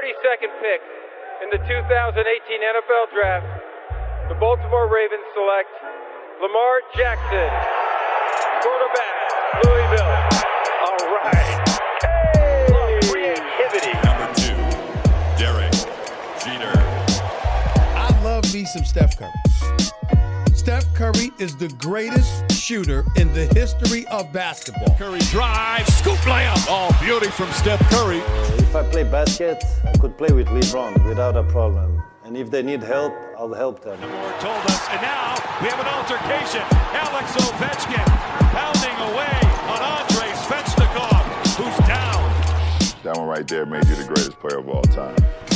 32nd pick in the 2018 NFL Draft, the Baltimore Ravens select Lamar Jackson, quarterback, Louisville. All right. Hey! Creativity. Number 2, Derek Jeter. I love me some Steph Curry. Steph Curry is the greatest shooter in the history of basketball. Curry drive, scoop layup. Oh, beauty from Steph Curry. If I play basket, I could play with LeBron without a problem. And if they need help, I'll help them. Moore told us, and now we have an altercation. Alex Ovechkin pounding away on Andrei Svechnikov, who's down. That one right there made you the greatest player of all time.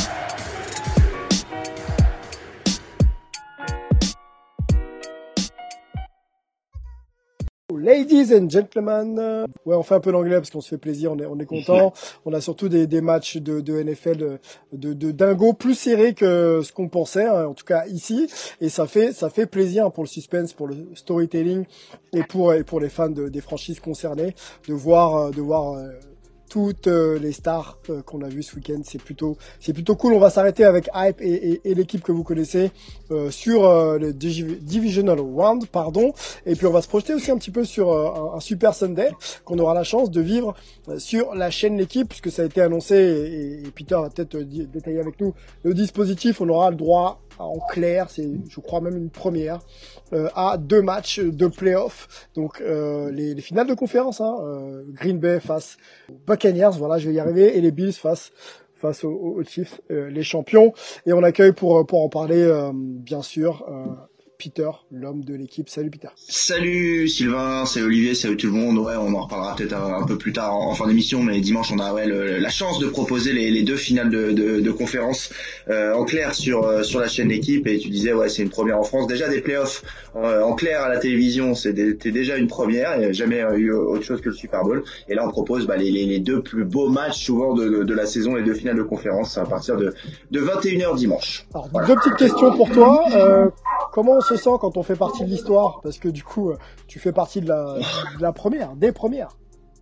Ladies and gentlemen, ouais, on fait un peu d'anglais parce qu'on se fait plaisir, on est content. On a surtout des matchs de NFL de dingo plus serrés que ce qu'on pensait, hein, en tout cas ici. Et ça fait plaisir pour le suspense, pour le storytelling et pour les fans des franchises concernées de voir toutes les stars qu'on a vues ce week-end. C'est plutôt cool. On va s'arrêter avec Hype et l'équipe que vous connaissez sur le Divisional Round, pardon. Et puis on va se projeter aussi un petit peu sur un Super Sunday qu'on aura la chance de vivre sur la chaîne L'équipe, puisque ça a été annoncé et Peter va peut-être détailler avec nous le dispositif. On aura le droit en clair, c'est je crois même une première, à 2 matchs de play-off. Donc les finales de conférence, hein, Green Bay face aux Buccaneers, voilà, je vais y arriver, et les Bills face aux Chiefs, les champions. Et on accueille pour en parler bien sûr Peter, l'homme de l'équipe. Salut Peter. Salut Sylvain, salut Olivier, salut tout le monde. Ouais, on en reparlera peut-être un peu plus tard en fin d'émission, mais dimanche on a la chance de proposer les 2 finales de conférence en clair sur la chaîne L'équipe. Et tu disais ouais, c'est une première en France. Déjà des playoffs en clair à la télévision, c'était déjà une première. Il n'y a jamais eu autre chose que le Super Bowl. Et là on propose les 2 plus beaux matchs souvent de la saison, les 2 finales de conférence à partir de 21h dimanche. Alors, voilà. 2 petites questions pour toi. Comment on se sent quand on fait partie de l'histoire? Parce que du coup, tu fais partie de la première, des premières.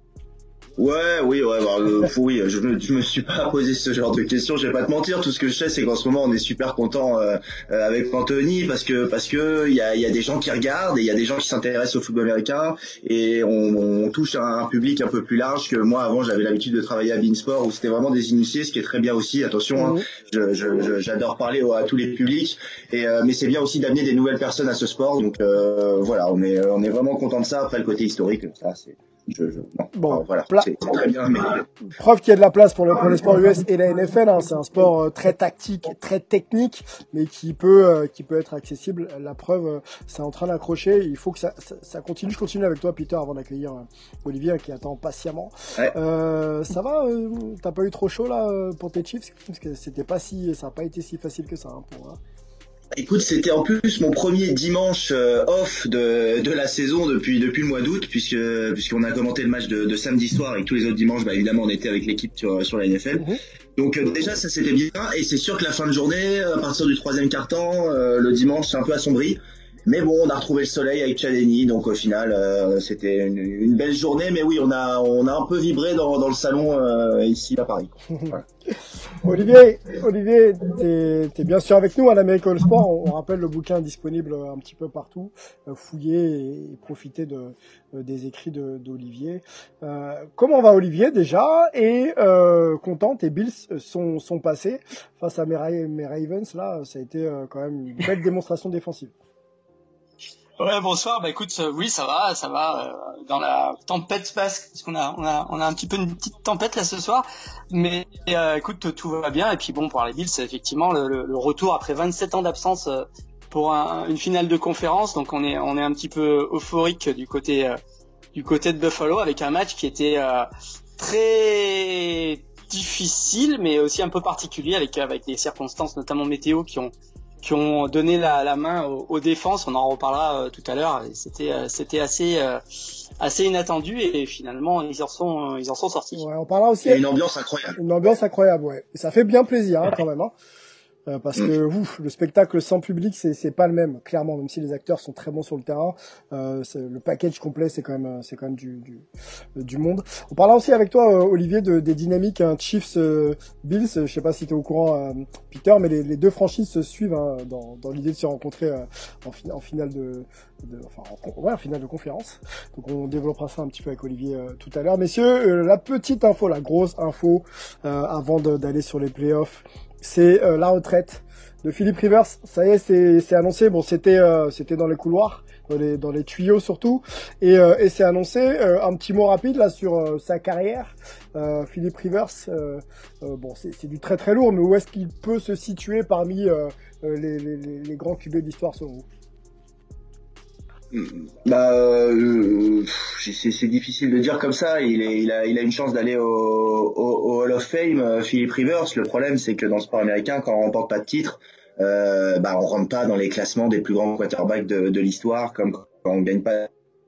Oui, je me suis pas posé ce genre de questions, je vais pas te mentir, tout ce que je sais c'est qu'en ce moment on est super content avec Anthony parce que il y a des gens qui regardent et il y a des gens qui s'intéressent au football américain et on touche un public un peu plus large que moi. Avant j'avais l'habitude de travailler à Beansport où c'était vraiment des initiés, ce qui est très bien aussi, attention, hein, j'adore parler à tous les publics mais c'est bien aussi d'amener des nouvelles personnes à ce sport, donc voilà, on est vraiment content de ça. Après le côté historique, ça c'est voilà, c'est très bien, mais preuve qu'il y a de la place pour les sports US et la NFL, hein. C'est un sport très tactique, très technique, mais qui peut être accessible. La preuve, c'est en train d'accrocher. Il faut que ça continue. Je continue avec toi, Peter, avant d'accueillir Olivier qui attend patiemment. Ouais. Ça va? T'as pas eu trop chaud là pour tes Chiefs? Parce que ça a pas été si facile que ça, hein, pour. Écoute, c'était en plus mon premier dimanche off de la saison depuis le mois d'août, puisqu'on a commenté le match de samedi soir et tous les autres dimanches, évidemment, on était avec l'équipe sur la NFL. Donc déjà, ça c'était bien, et c'est sûr que la fin de journée, à partir du 3e quart-temps, le dimanche, c'est un peu assombri. Mais bon, on a retrouvé le soleil avec Chadeni, donc au final, c'était une belle journée. Mais oui, on a un peu vibré dans le salon ici à Paris. Voilà. Olivier, t'es bien sûr avec nous à l'American Sport. On rappelle le bouquin disponible un petit peu partout. Fouillez et profitez des écrits d'Olivier. Comment va Olivier déjà? Et content, tes Bills sont passés face à mes Ravens. Là, ça a été quand même une belle démonstration défensive. Ouais, bonsoir. Écoute, oui, ça va dans la tempête parce qu'on a un petit peu une petite tempête là ce soir, mais écoute, tout va bien. Et puis bon, pour les Bills, c'est effectivement le retour après 27 ans d'absence pour une finale de conférence. Donc on est un petit peu euphorique du côté de Buffalo, avec un match qui était très difficile, mais aussi un peu particulier avec des circonstances, notamment météo, qui ont donné la main aux défenses. On en reparlera tout à l'heure. C'était assez inattendu, et finalement ils en sont sortis. Ouais, on parlera aussi. Il y a une ambiance incroyable. Une ambiance incroyable, ouais. Et ça fait bien plaisir, hein, quand même. Hein. parce que le spectacle sans public, c'est pas le même, clairement, même si les acteurs sont très bons sur le terrain. Le package complet, c'est quand même du monde. On parlera aussi avec toi, Olivier, des dynamiques Chiefs Bills. Je sais pas si tu es au courant, Peter, mais les deux franchises se suivent dans l'idée de se rencontrer en finale en finale de conférence. Donc on développera ça un petit peu avec Olivier tout à l'heure. Messieurs, la petite info, la grosse info avant d'aller sur les playoffs, c'est la retraite de Philip Rivers. Ça y est, c'est annoncé. Bon, c'était dans les couloirs, dans les tuyaux surtout, et c'est annoncé. Un petit mot rapide là sur sa carrière. Philip Rivers, bon, c'est du très très lourd, mais où est-ce qu'il peut se situer parmi les grands QB de l'histoire selon vous? C'est difficile de dire comme ça. Il a une chance d'aller au Hall of Fame, Philip Rivers. Le problème, c'est que dans le sport américain, quand on remporte pas de titre, on rentre pas dans les classements des plus grands quarterbacks de l'histoire, comme quand on gagne pas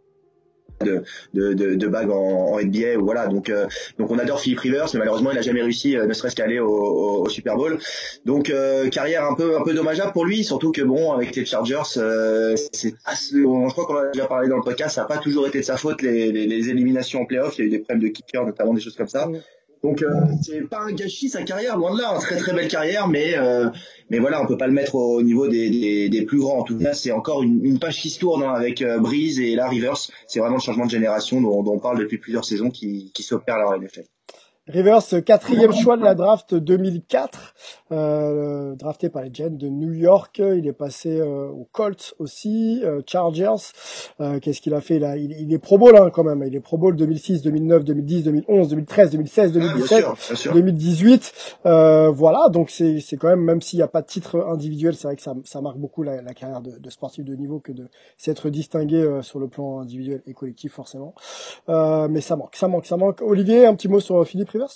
de bagues en NBA, ou voilà. Donc on adore Philip Rivers, mais malheureusement il a jamais réussi, ne serait-ce qu'à aller au Super Bowl. Donc carrière un peu dommageable pour lui, surtout que bon, avec les Chargers, je crois qu'on a déjà parlé dans le podcast, ça n'a pas toujours été de sa faute les éliminations en playoff. Il y a eu des problèmes de kicker, notamment des choses comme ça. Donc c'est pas un gâchis sa carrière, loin de là, une très très belle carrière, mais voilà, on peut pas le mettre au niveau des plus grands. En tout cas, c'est encore une page qui se tourne avec Breeze et là Rivers. C'est vraiment le changement de génération dont on parle depuis plusieurs saisons qui s'opère à la NFL. Rivers, 4e choix de la draft 2004, drafté par les Giants de New York. Il est passé aux Colts aussi, Chargers. Qu'est-ce qu'il a fait là? Il est Pro Bowl quand même. Il est Pro Bowl 2006, 2009, 2010, 2011, 2013, 2016, 2017, bien sûr. 2018. Voilà, donc c'est quand même s'il n'y a pas de titre individuel, c'est vrai que ça marque beaucoup la carrière de sportif de niveau que de s'être distingué sur le plan individuel et collectif forcément. Mais ça manque. Olivier, un petit mot sur Philippe Rivers?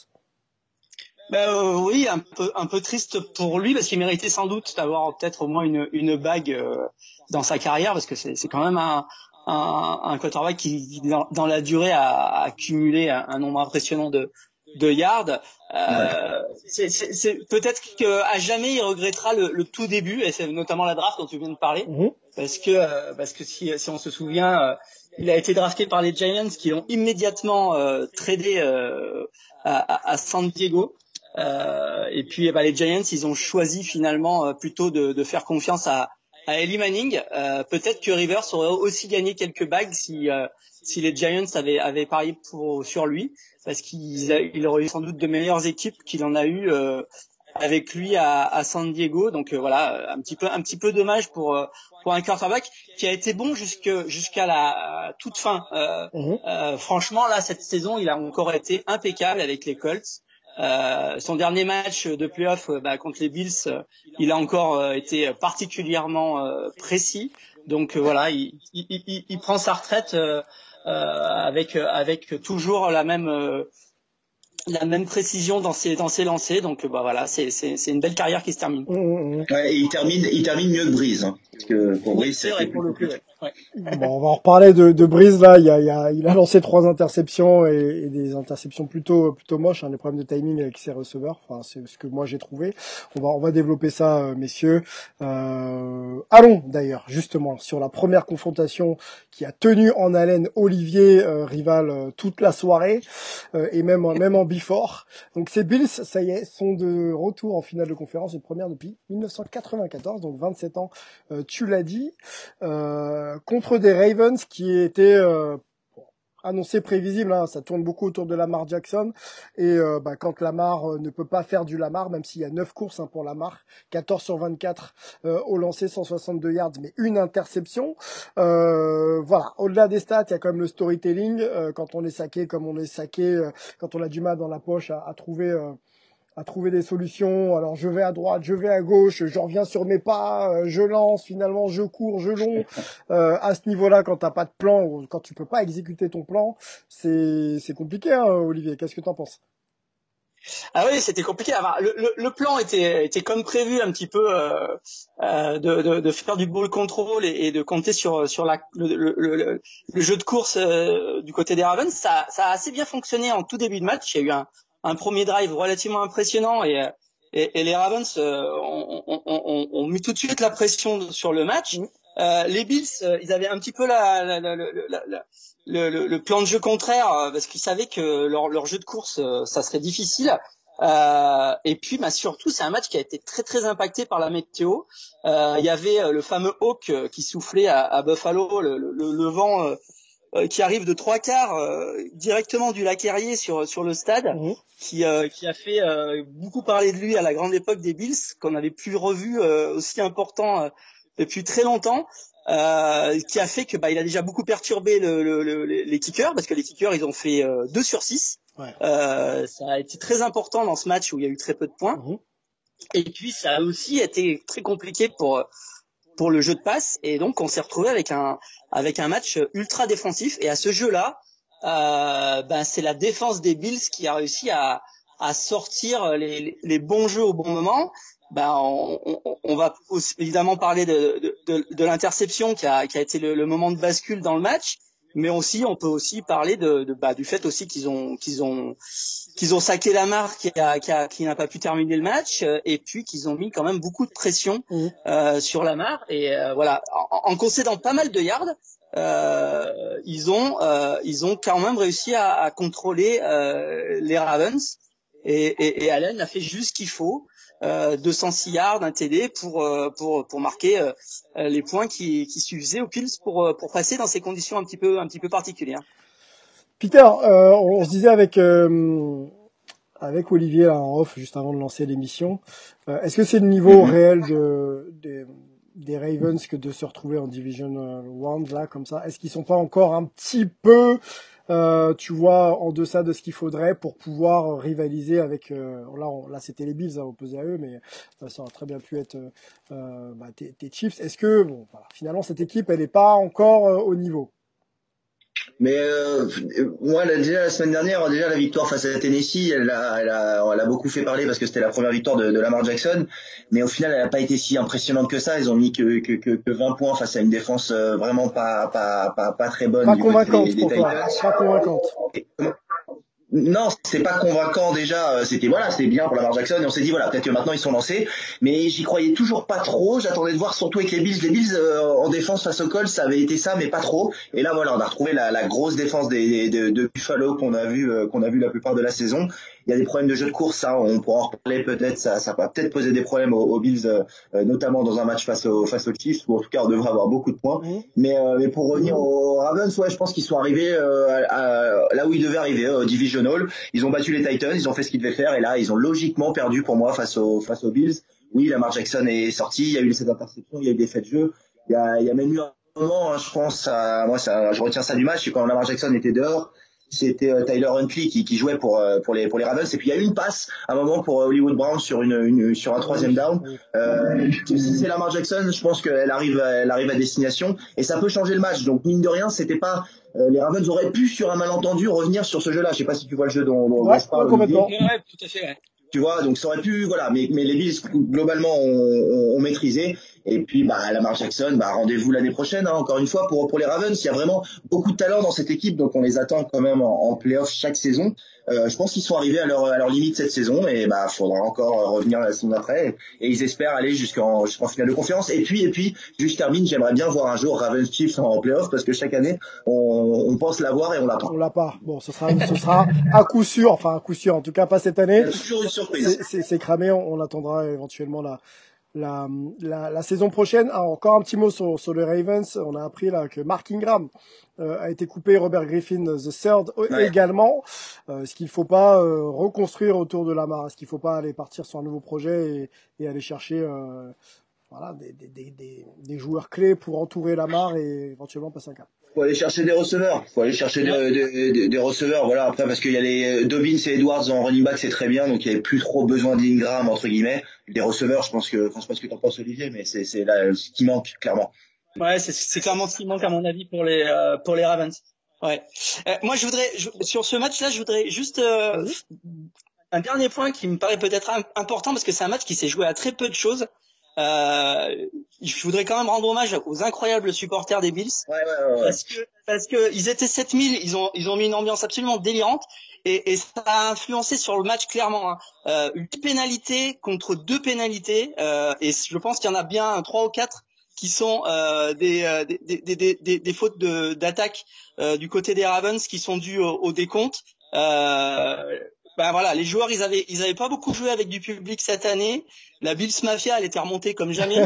Oui, un peu triste pour lui parce qu'il méritait sans doute d'avoir peut-être au moins une bague dans sa carrière, parce que c'est quand même un quarterback qui dans la durée a accumulé un nombre impressionnant de yards. C'est peut-être qu'à jamais il regrettera le tout début, et c'est notamment la draft dont tu viens de parler, parce que si on se souvient, il a été drafté par les Giants qui l'ont immédiatement tradé à San Diego. Et puis les Giants, ils ont choisi finalement plutôt de faire confiance à Eli Manning. Peut-être que Rivers aurait aussi gagné quelques bagues si les Giants avaient parié sur lui, parce qu'il aurait eu sans doute de meilleures équipes qu'il en a eu avec lui à San Diego. Donc voilà, un petit peu dommage pour un quarterback qui a été bon jusqu'à la toute fin. Franchement là, cette saison, il a encore été impeccable avec les Colts. Son dernier match de playoff contre les Bills, il a encore été particulièrement précis. Donc voilà, il prend sa retraite avec toujours la même précision dans ses lancers. Donc voilà, c'est une belle carrière qui se termine. Ouais, et il termine mieux que Breeze, hein, parce que pour Breeze, c'est vrai pour le coup. Ouais. Bon, on va en reparler de Breeze là. Il a lancé 3 interceptions et des interceptions plutôt moches, hein, des problèmes de timing avec ses receveurs. Enfin, c'est ce que moi j'ai trouvé. On va développer ça, messieurs. Allons d'ailleurs justement sur la première confrontation qui a tenu en haleine Olivier, rival toute la soirée, et même en before. Donc ces Bills, ça y est, sont de retour en finale de conférence, une première depuis 1994, donc 27 ans. Tu l'as dit. Contre des Ravens qui étaient annoncés prévisibles, hein, ça tourne beaucoup autour de Lamar Jackson, et quand Lamar ne peut pas faire du Lamar, même s'il y a 9 courses pour Lamar, 14 sur 24 au lancer, 162 yards, mais une interception. Voilà, au-delà des stats, il y a quand même le storytelling, quand on est saqué comme on est saqué, quand on a du mal dans la poche à trouver des solutions. Alors je vais à droite, je vais à gauche, je reviens sur mes pas, je lance, finalement je cours, je longe. À ce niveau-là, quand t'as pas de plan ou quand tu peux pas exécuter ton plan, c'est compliqué, hein, Olivier. Qu'est-ce que t'en penses? Ah oui, c'était compliqué. Alors, le plan était comme prévu un petit peu de faire du ball control et de compter sur le jeu de course du côté des Ravens. Ça a assez bien fonctionné en tout début de match. Il y a eu un premier drive relativement impressionnant et et les Ravens ont mis tout de suite la pression sur le match. Les Bills, ils avaient un petit peu le plan de jeu contraire parce qu'ils savaient que leur jeu de course, ça serait difficile. Et puis, surtout, c'est un match qui a été très très impacté par la météo. Il y avait le fameux hawk qui soufflait à Buffalo, le vent qui arrive de 3/4 directement du lac Erie sur le stade, qui a fait beaucoup parler de lui à la grande époque des Bills, qu'on n'avait plus revu aussi important depuis très longtemps. Qui a fait que il a déjà beaucoup perturbé les kickers, parce que les kickers ils ont fait 2 sur 6. Ouais. Ça a été très important dans ce match où il y a eu très peu de points. Et puis ça a aussi été très compliqué pour le jeu de passe, et donc on s'est retrouvé avec un match ultra défensif. Et à ce jeu-là, c'est la défense des Bills qui a réussi à sortir les bons jeux au bon moment. On va aussi, évidemment, parler de l'interception qui a été le moment de bascule dans le match, mais aussi on peut aussi parler du fait aussi qu'ils ont saqué Lamar qui n'a pas pu terminer le match, et puis qu'ils ont mis quand même beaucoup de pression sur Lamar, et voilà, en concédant pas mal de yards, ils ont quand même réussi à contrôler les Ravens, et Allen a fait juste ce qu'il faut. 206 yards, un TD pour marquer les points qui suffisaient aux Bills pour passer dans ces conditions un petit peu particulières. Peter, on se disait avec Olivier là, en off juste avant de lancer l'émission, est-ce que c'est le niveau réel des Ravens que de se retrouver en Division 1 là comme ça? Est-ce qu'ils sont pas encore un petit peu tu vois, en deçà de ce qu'il faudrait pour pouvoir rivaliser avec là c'était les Bills opposés à eux, mais ça aurait très bien pu être tes Chiefs. Est-ce que finalement cette équipe elle est pas encore au niveau? Mais moi, déjà la semaine dernière, la victoire face à Tennessee, elle a beaucoup fait parler parce que c'était la première victoire de Lamar Jackson. Mais au final, elle n'a pas été si impressionnante que ça. Ils ont mis que 20 points face à une défense vraiment pas très bonne. Pas convaincante pour toi. Pas convaincante. Non, c'est pas convaincant déjà. C'était bien pour Lamar Jackson, et on s'est dit peut-être que maintenant ils sont lancés. Mais j'y croyais toujours pas trop. J'attendais de voir surtout avec les Bills. Les Bills en défense face aux Colts, ça avait été ça, mais pas trop. Et là on a retrouvé la grosse défense de Buffalo qu'on a vu la plupart de la saison. Il y a des problèmes de jeu de course, ça, on pourra en reparler peut-être. Ça va peut-être poser des problèmes aux Bills, notamment dans un match face aux Chiefs, où en tout cas on devrait avoir beaucoup de points. Mais pour revenir aux Ravens, je pense qu'ils sont arrivés là où ils devaient arriver, au Divisional. Ils ont battu les Titans, ils ont fait ce qu'ils devaient faire, et là ils ont logiquement perdu pour moi face aux Bills. Oui, Lamar Jackson est sorti, il y a eu cette interception, il y a eu des faits de jeu, il y a même eu un moment, je pense, je retiens ça du match, c'est quand Lamar Jackson était dehors. C'était Tyler Huntley qui jouait pour les Ravens, et puis il y a eu une passe à un moment pour Hollywood Brown sur un 3e down. Si c'est Lamar Jackson, je pense qu'elle arrive à destination, et ça peut changer le match. Donc mine de rien, c'était pas les Ravens auraient pu sur un malentendu revenir sur ce jeu-là. Je sais pas si tu vois le jeu dont je parle. Complètement. Ouais, tout à fait. Ouais. Tu vois, donc ça aurait pu, mais les Bills globalement ont maîtrisé. Et puis Lamar Jackson, rendez-vous l'année prochaine, encore une fois pour les Ravens. Il y a vraiment beaucoup de talent dans cette équipe, donc on les attend quand même en play-off chaque saison. Je pense qu'ils sont arrivés à leur limite cette saison, et faudra encore revenir la saison d'après, et ils espèrent aller jusqu'en finale de conférence. Et puis juste termine, j'aimerais bien voir un jour Ravens Chiefs en play-off, parce que chaque année on pense l'avoir et on l'a pas. On l'a pas. Bon, ce sera à coup sûr, en tout cas pas cette année. C'est toujours une surprise. C'est cramé, on attendra éventuellement la saison prochaine. Alors, encore un petit mot sur les Ravens. On a appris là que Mark Ingram a été coupé, Robert Griffin III également. Est-ce qu'il faut pas reconstruire autour de Lamar? Est-ce qu'il faut pas aller partir sur un nouveau projet et aller chercher des joueurs clés pour entourer Lamar et éventuellement passer un cap? Faut aller chercher des receveurs. Des receveurs, voilà. Après, parce qu'il y a les Dobbins et Edwards en running back, c'est très bien, donc il y avait plus trop besoin d'Ingram, entre guillemets. Des receveurs, je sais pas ce que t'en penses, Olivier, mais c'est là ce qui manque, clairement. Ouais, c'est clairement ce qui manque, à mon avis, pour les Ravens. Ouais. Moi, sur ce match-là, je voudrais juste, un dernier point qui me paraît peut-être important, parce que c'est un match qui s'est joué à très peu de choses. je voudrais quand même rendre hommage aux incroyables supporters des Bills. Parce que ils étaient 7000, ils ont mis une ambiance absolument délirante et ça a influencé sur le match clairement. 8 pénalités contre 2 pénalités et je pense qu'il y en a bien 3 ou 4 qui sont des fautes d'attaque du côté des Ravens qui sont dues au décompte. Voilà, les joueurs ils avaient pas beaucoup joué avec du public cette année. La Bills Mafia elle était remontée comme jamais.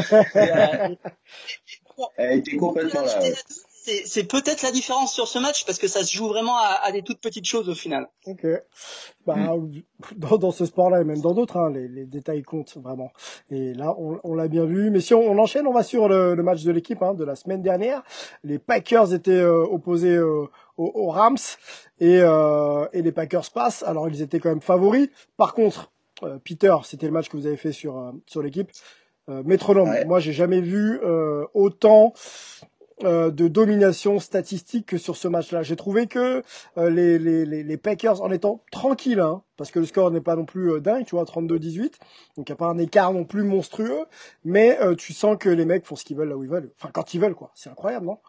Elle était complètement là. Ouais. C'est peut-être la différence sur ce match parce que ça se joue vraiment à des toutes petites choses au final. Ok. Dans ce sport-là et même dans d'autres, hein, les détails comptent vraiment. Et là, on l'a bien vu. Mais si on enchaîne, on va sur le match de l'équipe de la semaine dernière. Les Packers étaient opposés aux Rams et les Packers passent. Alors ils étaient quand même favoris. Par contre, Peter, c'était le match que vous avez fait sur l'équipe. Métronome. Ouais. Moi, j'ai jamais vu autant de domination statistique que sur ce match-là. J'ai trouvé que les Packers, en étant tranquilles, parce que le score n'est pas non plus dingue, tu vois, 32-18, donc il n'y a pas un écart non plus monstrueux, mais tu sens que les mecs font ce qu'ils veulent là où ils veulent, enfin quand ils veulent, quoi. C'est incroyable, non?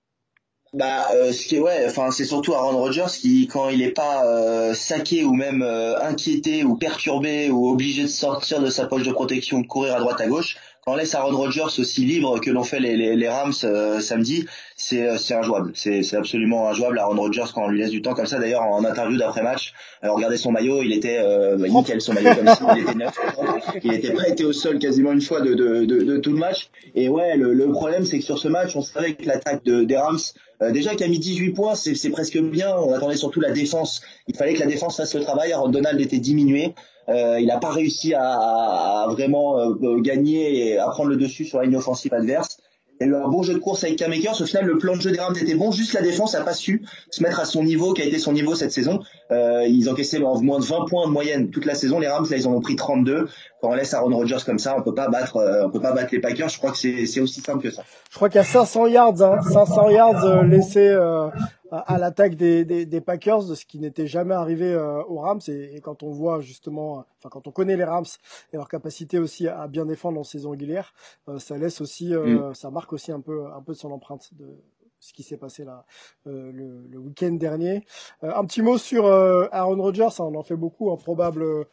C'est surtout Aaron Rodgers qui, quand il est pas saqué ou même inquiété ou perturbé ou obligé de sortir de sa poche de protection ou de courir à droite à gauche, quand on laisse Aaron Rodgers aussi libre que l'ont fait les Rams samedi, c'est injouable. C'est absolument injouable. Aaron Rodgers, quand on lui laisse du temps comme ça, d'ailleurs en interview d'après match, regardez son maillot, il était nickel, son maillot comme s'il était neuf. Il était prêt, était au sol quasiment une fois de tout le match. Et ouais, le problème c'est que sur ce match, on savait que l'attaque des Rams déjà qui a mis 18 points, c'est presque bien. On attendait surtout la défense. Il fallait que la défense fasse le travail. Aaron Donald était diminué. Il n'a pas réussi à vraiment gagner et à prendre le dessus sur la ligne offensive adverse. Il y a eu un bon jeu de course avec Cam Akers. Au final, le plan de jeu des Rams était bon. Juste la défense n'a pas su se mettre à son niveau, qui a été son niveau cette saison. Ils encaissaient moins de 20 points de moyenne toute la saison. Les Rams, là, ils en ont pris 32. Quand on laisse Aaron Rodgers comme ça, on peut pas battre les Packers. Je crois que c'est aussi simple que ça. Je crois qu'il y a 500 yards, 500 yards laissés à l'attaque des Packers, ce qui n'était jamais arrivé aux Rams. Et quand on voit justement, quand on connaît les Rams et leur capacité aussi à bien défendre en saison régulière, ça laisse aussi, ça marque aussi un peu de son empreinte de ce qui s'est passé là le week-end dernier. Un petit mot sur Aaron Rodgers, on en fait beaucoup, probable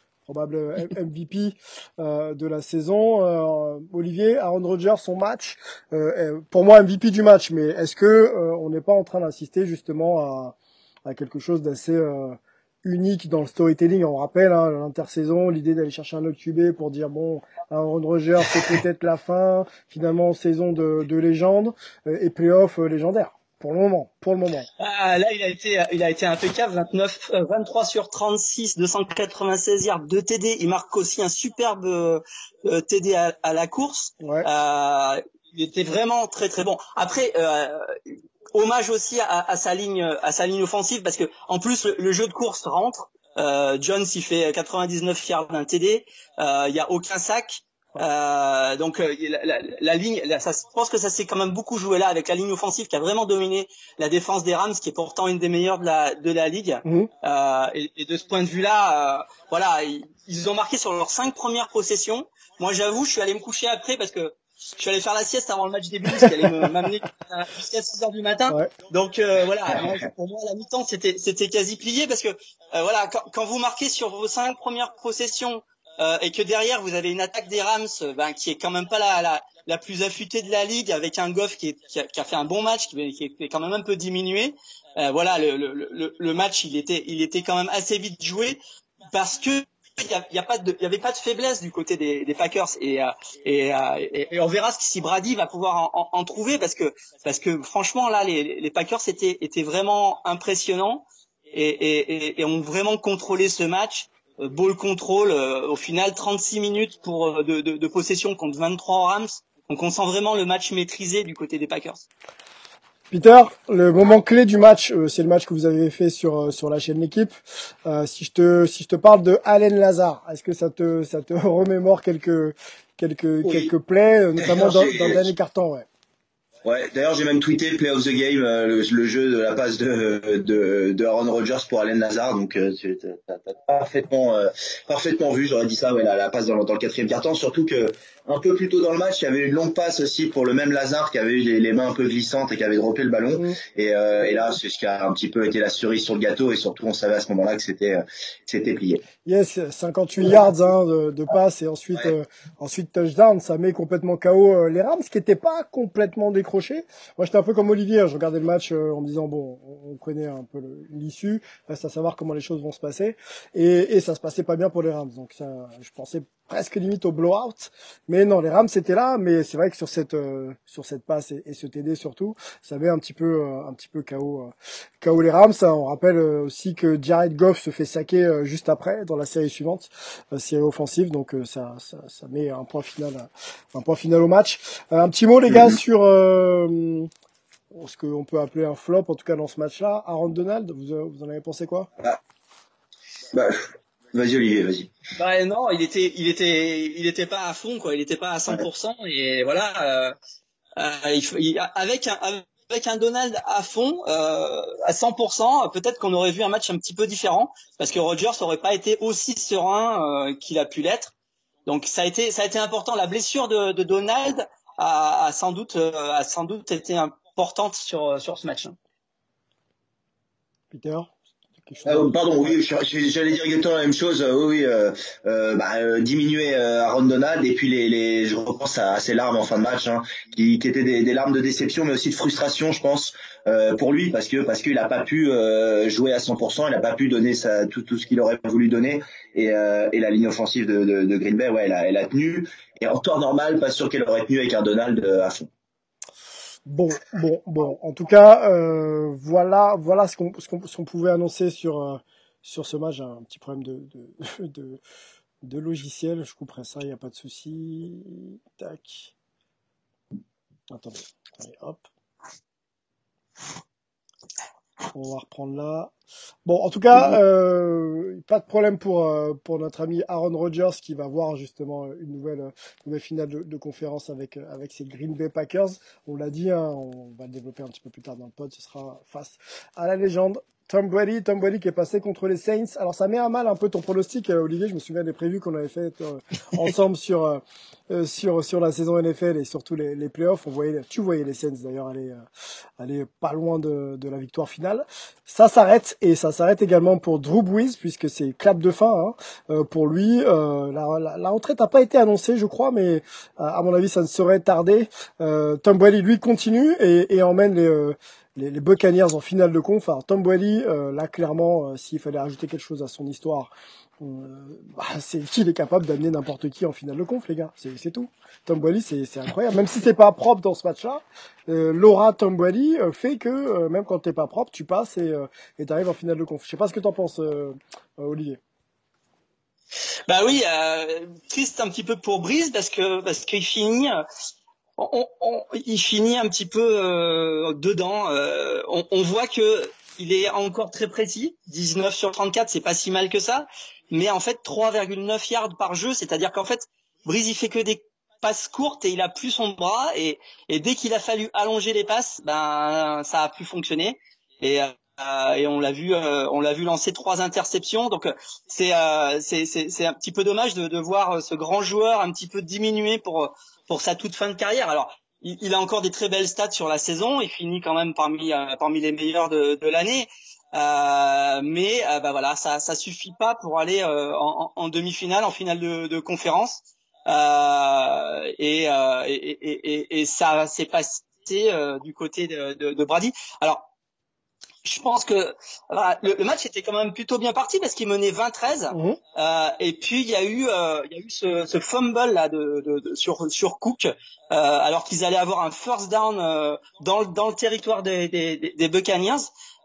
MVP de la saison. Olivier, Aaron Rodgers, son match, pour moi MVP du match, mais est-ce que on n'est pas en train d'assister justement à quelque chose d'assez unique dans le storytelling? On rappelle l'intersaison, l'idée d'aller chercher un autre QB pour dire bon, Aaron Rodgers c'est peut-être la fin, finalement saison de légende et playoff légendaire. Pour le moment. Là, il a été impeccable. 23 sur 36, 296 yards, 2 TD. Il marque aussi un superbe TD à la course. Ouais. Il était vraiment très très bon. Après, hommage aussi à sa ligne offensive parce que en plus le jeu de course rentre. Jones il fait 99 yards d'un TD. Il y a aucun sac. Donc la ligne, je pense que ça s'est quand même beaucoup joué là avec la ligne offensive qui a vraiment dominé la défense des Rams, qui est pourtant une des meilleures de la ligue. Et de ce point de vue-là, ils ont marqué sur leurs 5 premières possessions. Moi, j'avoue, je suis allé me coucher après parce que je suis allé faire la sieste avant le match des Bills qui allait m'amener jusqu'à 6h du matin. Ouais. Donc pour moi la mi-temps c'était quasi plié parce que quand vous marquez sur vos 5 premières possessions et que derrière vous avez une attaque des Rams qui est quand même pas la plus affûtée de la ligue, avec un Goff qui a fait un bon match, qui est quand même un peu diminué. Le match il était quand même assez vite joué parce que il y avait pas de faiblesse du côté des Packers et on verra si Brady va pouvoir en trouver parce que franchement là les Packers étaient vraiment impressionnants et ont vraiment contrôlé ce match. Ball control, au final 36 minutes de possession contre 23 aux Rams. Donc on sent vraiment le match maîtrisé du côté des Packers. Peter, le moment clé du match, c'est le match que vous avez fait sur la chaîne L'équipe. Si je te parle de Allen Lazare, est-ce que ça te remémore quelques plays, notamment dans le dernier carton, ouais. Ouais, d'ailleurs j'ai même tweeté Play of the Game, le jeu de la passe de Aaron Rodgers pour Allen Lazard, donc t'as parfaitement vu, j'aurais dit ça, ouais, la passe dans le quatrième quart-temps, surtout que un peu plus tôt dans le match, il y avait une longue passe aussi pour le même Lazard qui avait eu les mains un peu glissantes et qui avait droppé le ballon, et là c'est ce qui a un petit peu été la cerise sur le gâteau, et surtout on savait à ce moment-là que c'était plié. Yes, 58 yards de passe et ensuite touchdown, ça met complètement KO les Rams qui étaient pas complètement décrochés. Moi j'étais un peu comme Olivier, je regardais le match en me disant bon, on connaît un peu l'issue, reste à savoir comment les choses vont se passer et ça se passait pas bien pour les Rams. Donc ça, je pensais presque limite au blowout, mais non, les Rams étaient là, mais c'est vrai que sur cette passe et ce TD surtout, ça met un petit peu KO les Rams. On rappelle aussi que Jared Goff se fait saquer juste après dans la série suivante, série offensive, donc ça met un point final au match. Un petit mot les gars sur ce qu'on peut appeler un flop en tout cas dans ce match-là. Aaron Donald, vous en avez pensé quoi? Vas-y Olivier, vas-y. Bah non, il était pas à fond quoi, il était pas à 100% et voilà avec un Donald à fond à 100%, peut-être qu'on aurait vu un match un petit peu différent parce que Rodgers aurait pas été aussi serein qu'il a pu l'être. Donc ça a été important, la blessure de Donald a sans doute été importante sur ce match. Peter? Pardon, oui, j'allais dire exactement la même chose. Diminuer Aaron Donald et puis je repense à ces larmes en fin de match, qui étaient des larmes de déception, mais aussi de frustration, je pense, pour lui, parce qu'il a pas pu jouer à 100%, il a pas pu donner tout ce qu'il aurait voulu donner, et la ligne offensive de Green Bay, ouais, elle a tenu, et en temps normal, pas sûr qu'elle aurait tenu avec un Donald à fond. Bon. En tout cas, voilà ce qu'on pouvait annoncer sur ce match. J'ai un petit problème de logiciel. Je couperai ça, il n'y a pas de souci. Tac. Attendez, hop. On va reprendre là. Bon, en tout cas, pas de problème pour notre ami Aaron Rodgers qui va voir justement une nouvelle finale de conférence avec ses Green Bay Packers. On l'a dit, on va le développer un petit peu plus tard dans le pod. Ce sera face à la légende Tom Brady qui est passé contre les Saints. Alors ça met à mal un peu ton pronostic, Olivier. Je me souviens des prévus qu'on avait fait ensemble sur la saison NFL et surtout les playoffs. Tu voyais les Saints d'ailleurs aller pas loin de la victoire finale. Ça s'arrête et ça s'arrête également pour Drew Brees puisque c'est clap de fin pour lui. La retraite n'a pas été annoncée, je crois, mais à mon avis ça ne saurait tarder. Tom Brady lui continue et emmène les Buccaneers en finale de conf. Alors Tom Brady, là clairement, s'il fallait rajouter quelque chose à son histoire, c'est qu'il est capable d'amener n'importe qui en finale de conf, les gars. C'est tout. Tom Brady, c'est incroyable. Même si c'est pas propre dans ce match-là, l'aura Tom Brady fait que même quand t'es pas propre, tu passes et t'arrives en finale de conf. Je sais pas ce que t'en penses, Olivier. Bah oui, triste un petit peu pour Brees parce qu'il finit. Il finit un petit peu dedans. On voit que il est encore très précis. 19 sur 34, c'est pas si mal que ça. Mais en fait, 3,9 yards par jeu, c'est-à-dire qu'en fait, Brees il fait que des passes courtes et il a plus son bras et dès qu'il a fallu allonger les passes, ça a plus fonctionné. Et on l'a vu lancer 3 interceptions. Donc c'est un petit peu dommage de voir ce grand joueur un petit peu diminuer pour sa toute fin de carrière. Alors, il a encore des très belles stats sur la saison. Il finit quand même parmi les meilleurs de l'année. Mais voilà, ça suffit pas pour aller en demi-finale, en finale de conférence. Et ça s'est passé du côté de Brady. Alors, je pense que le match était quand même plutôt bien parti parce qu'il menait 20-13 et puis il y a eu ce fumble là sur Cook alors qu'ils allaient avoir un first down dans le territoire des Buccaneers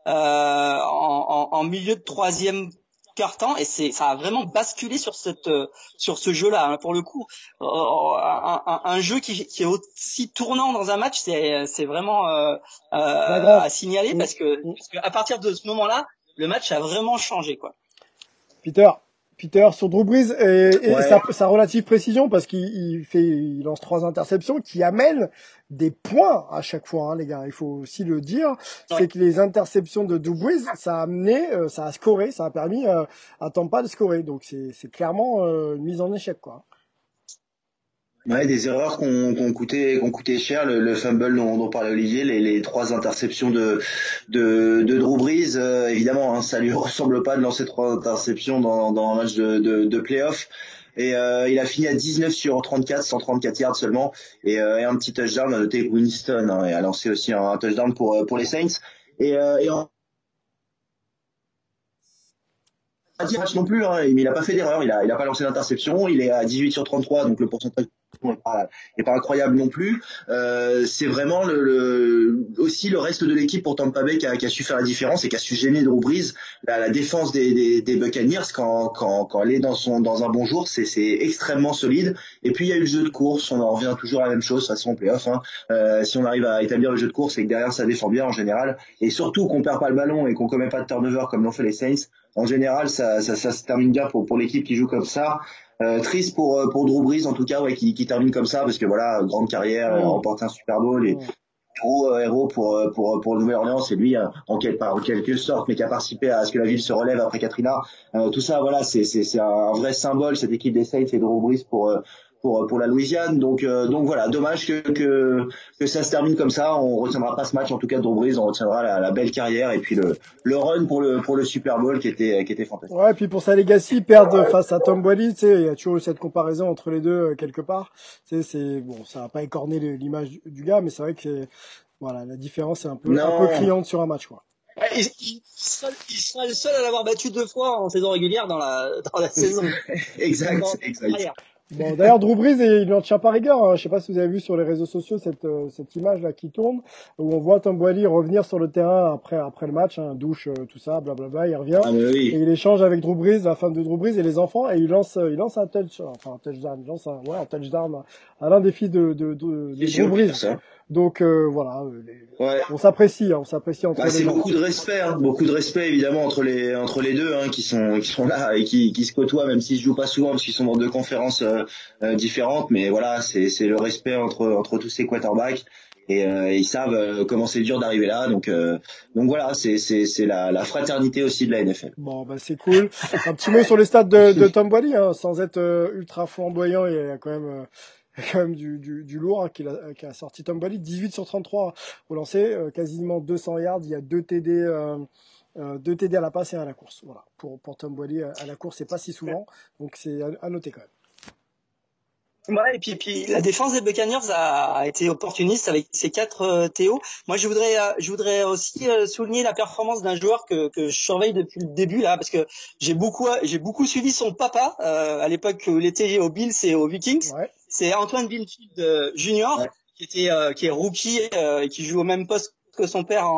en milieu de troisième quart-temps et ça a vraiment basculé sur ce jeu-là pour le coup. Un jeu qui est aussi tournant dans un match, c'est vraiment à signaler parce que à partir de ce moment-là, le match a vraiment changé quoi. Peter. Peter, sur Drew Brees et Ouais. sa relative précision, parce il lance 3 interceptions qui amènent des points à chaque fois, hein, les gars. Il faut aussi le dire. Ouais. C'est que les interceptions de Drew Brees, ça a amené, ça a scoré, ça a permis à Tampa de scorer. Donc c'est clairement une mise en échec, quoi. Ouais, des erreurs qu'on coûté cher, le fumble dont parlait Olivier, les 3 interceptions de Drew Brees, évidemment, hein, ça lui ressemble pas de lancer 3 interceptions dans un match de playoff. Et il a fini à 19 sur 34, 134 yards seulement, et un petit touchdown à noter Winston, hein, et a lancé aussi un touchdown pour les Saints. Et pas dire match non plus, hein, mais il a pas fait d'erreur, il a pas lancé d'interception, il est à 18 sur 33, donc le pourcentage est pas incroyable non plus. C'est vraiment aussi le reste de l'équipe pour Tampa Bay qui a su faire la différence et qui a su gêner Drew Brees. La défense des Buccaneers quand elle est dans un bon jour, c'est extrêmement solide. Et puis il y a eu le jeu de course, on en revient toujours à la même chose, de toute façon en playoff, hein. Si on arrive à établir le jeu de course et que derrière ça défend bien en général, et surtout qu'on perd pas le ballon et qu'on commet pas de turnover comme l'ont fait les Saints, en général ça se termine bien pour l'équipe qui joue comme ça. Triste pour Drew Brees en tout cas, ouais, qui termine comme ça, parce que voilà, grande carrière, remporté un Super Bowl et héros pour le Nouvelle-Orléans, c'est lui en quelque sorte, mais qui a participé à ce que la ville se relève après Katrina. Tout ça, voilà, c'est un vrai symbole, cette équipe des Saints et Drew Brees pour la Louisiane. Donc voilà, dommage que ça se termine comme ça. On retiendra pas ce match, en tout cas de Drew Brees, on retiendra la belle carrière et puis le run pour le Super Bowl qui était fantastique. Ouais, et puis pour sa legacy, perdre face à Tom Brady, tu sais, il y a toujours eu cette comparaison entre les deux quelque part. Tu sais, c'est bon, ça va pas écorner l'image du gars, mais c'est vrai que voilà, la différence est un peu criante sur un match, quoi. Il sera le seul à l'avoir battu 2 fois en saison régulière dans la saison. Exact. Bon, d'ailleurs, Drew Brees, il n'en tient pas rigueur, hein. Je sais pas si vous avez vu sur les réseaux sociaux cette image là qui tourne, où on voit Tom Brady revenir sur le terrain après le match, hein, douche, tout ça, blablabla, il revient, oui. Et il échange avec Drew Brees, la femme de Drew Brees et les enfants, et il lance un touchdown, un touchdown à l'un des filles de Drew Brees. Donc voilà, on s'apprécie entre les c'est gens. beaucoup de respect évidemment entre les deux, hein, qui sont là et qui se côtoient, même s'ils se jouent pas souvent parce qu'ils sont dans 2 conférences différentes, mais voilà, c'est le respect entre tous ces quarterbacks. Et ils savent comment c'est dur d'arriver là, donc voilà, c'est la fraternité aussi de la NFL. Bon, bah c'est cool. Un petit mot sur les stats de Tom Brady, hein, sans être ultra flamboyant, il y a quand même du lourd, hein, qui a sorti Tom Brady. 18 sur 33 au lancer, quasiment 200 yards, il y a 2 TD à la passe et 1 à la course. Voilà, pour Tom Brady à la course, c'est pas si souvent, donc c'est à noter quand même. Ouais, et puis la défense des Buccaneers a été opportuniste avec ses 4 TO. Moi, je voudrais aussi souligner la performance d'un joueur que je surveille depuis le début là, parce que j'ai beaucoup suivi son papa à l'époque où il était aux Bills et aux Vikings. Ouais. C'est Antoine Winfield Jr. qui est rookie et qui joue au même poste que son père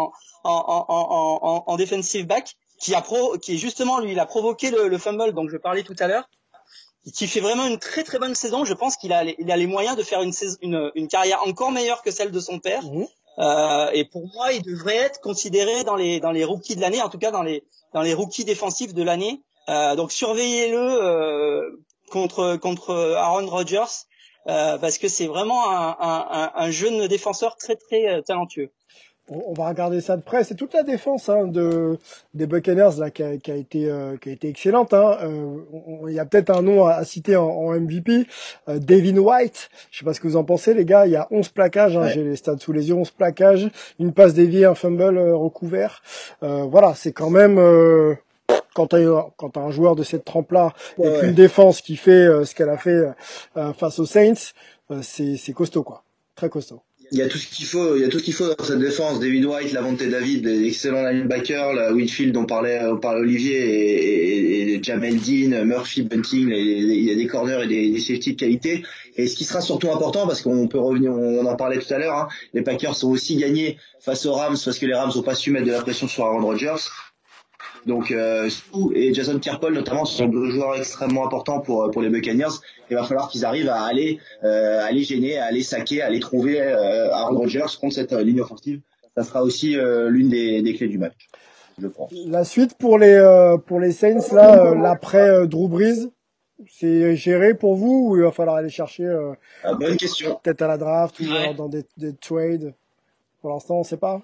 en defensive back, qui est justement lui, il a provoqué le fumble dont je parlais tout à l'heure. Qui fait vraiment une très très bonne saison. Je pense qu'il a les moyens de faire une carrière encore meilleure que celle de son père. Et pour moi, il devrait être considéré dans les rookies de l'année, en tout cas dans les rookies défensifs de l'année. Donc surveillez-le contre Aaron Rodgers parce que c'est vraiment un jeune défenseur très très talentueux. On va regarder ça de près. C'est toute la défense des Buccaneers là qui a été excellente. Hein. Il y a peut-être un nom à citer en MVP, Devin White. Je sais pas ce que vous en pensez, les gars. Il y a 11 plaquages. Hein. J'ai les stats sous les yeux. 11 plaquages, une passe déviée, un fumble recouvert. Voilà, c'est quand même quand t'as un joueur de cette trempe-là et qu'une défense qui fait ce qu'elle a fait face aux Saints, c'est costaud, quoi. Très costaud. Il y a tout ce qu'il faut dans cette défense. David White, Lavonte David, excellent linebacker, la Winfield dont parlait Olivier, et Jamel Dean, Murphy, Bunting, il y a des corners et des safety de qualité. Et ce qui sera surtout important, parce qu'on peut revenir, on en parlait tout à l'heure, hein, les Packers ont aussi gagné face aux Rams parce que les Rams n'ont pas su mettre de la pression sur Aaron Rodgers. Donc et Jason Pierre-Paul notamment sont 2 joueurs extrêmement importants pour les Buccaneers. Il va falloir qu'ils arrivent à aller gêner, à aller saquer, à aller trouver Aaron Rodgers contre cette ligne offensive. Ça sera aussi l'une des clés du match. je pense. La suite pour les Saints, là, l'après Drew Brees, c'est géré pour vous ou il va falloir aller chercher Bonne question. peut-être à la draft ou alors dans des trades? Pour l'instant, on ne sait pas.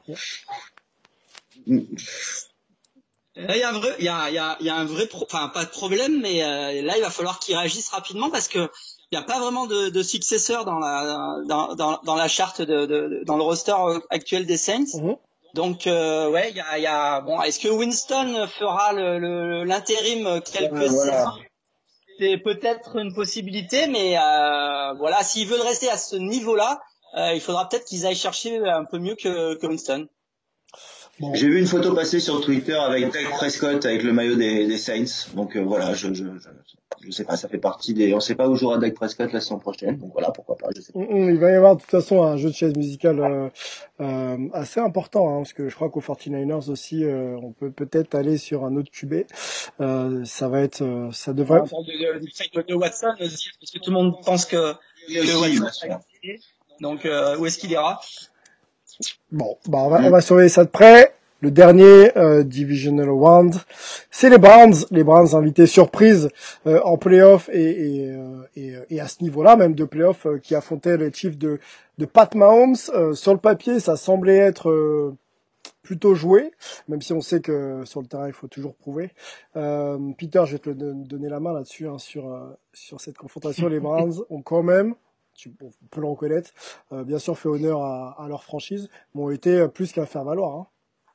Là, il y a un vrai enfin pas de problème, mais là il va falloir qu'ils réagissent rapidement parce que il n'y a pas vraiment de successeur dans la charte dans le roster actuel des Saints. Mm-hmm. Donc ouais, il y a bon, est-ce que Winston fera l'intérim quelques saisons? C'est peut-être une possibilité, mais voilà, s'ils veulent rester à ce niveau-là, il faudra peut-être qu'ils aillent chercher un peu mieux que Winston. Bon. J'ai vu une photo passer sur Twitter avec Dak Prescott avec le maillot des Saints. Donc voilà, je sais pas, ça fait partie des. On sait pas où jouera Dak Prescott la saison prochaine. Donc voilà, pourquoi pas, je sais pas. Il va y avoir de toute façon un jeu de chaise musicale assez important, parce que je crois qu'aux 49ers aussi, on peut peut-être aller sur un autre QB. Ça va être, ça devrait. On parle de Watson aussi, parce que tout le monde pense que Watson a gagné. Donc où est-ce qu'il ira? Bon, on va surveiller ça de près. Le dernier Divisional Round, c'est les Browns invités surprise en playoff et à ce niveau-là même de playoff qui affrontaient les Chiefs de Pat Mahomes. Sur le papier, ça semblait être plutôt joué, même si on sait que sur le terrain il faut toujours prouver. Peter, je vais te donner la main là-dessus sur cette confrontation. Les Browns ont quand même, on peut le reconnaître, bien sûr fait honneur à leur franchise, mais ont été plus qu'à faire valoir.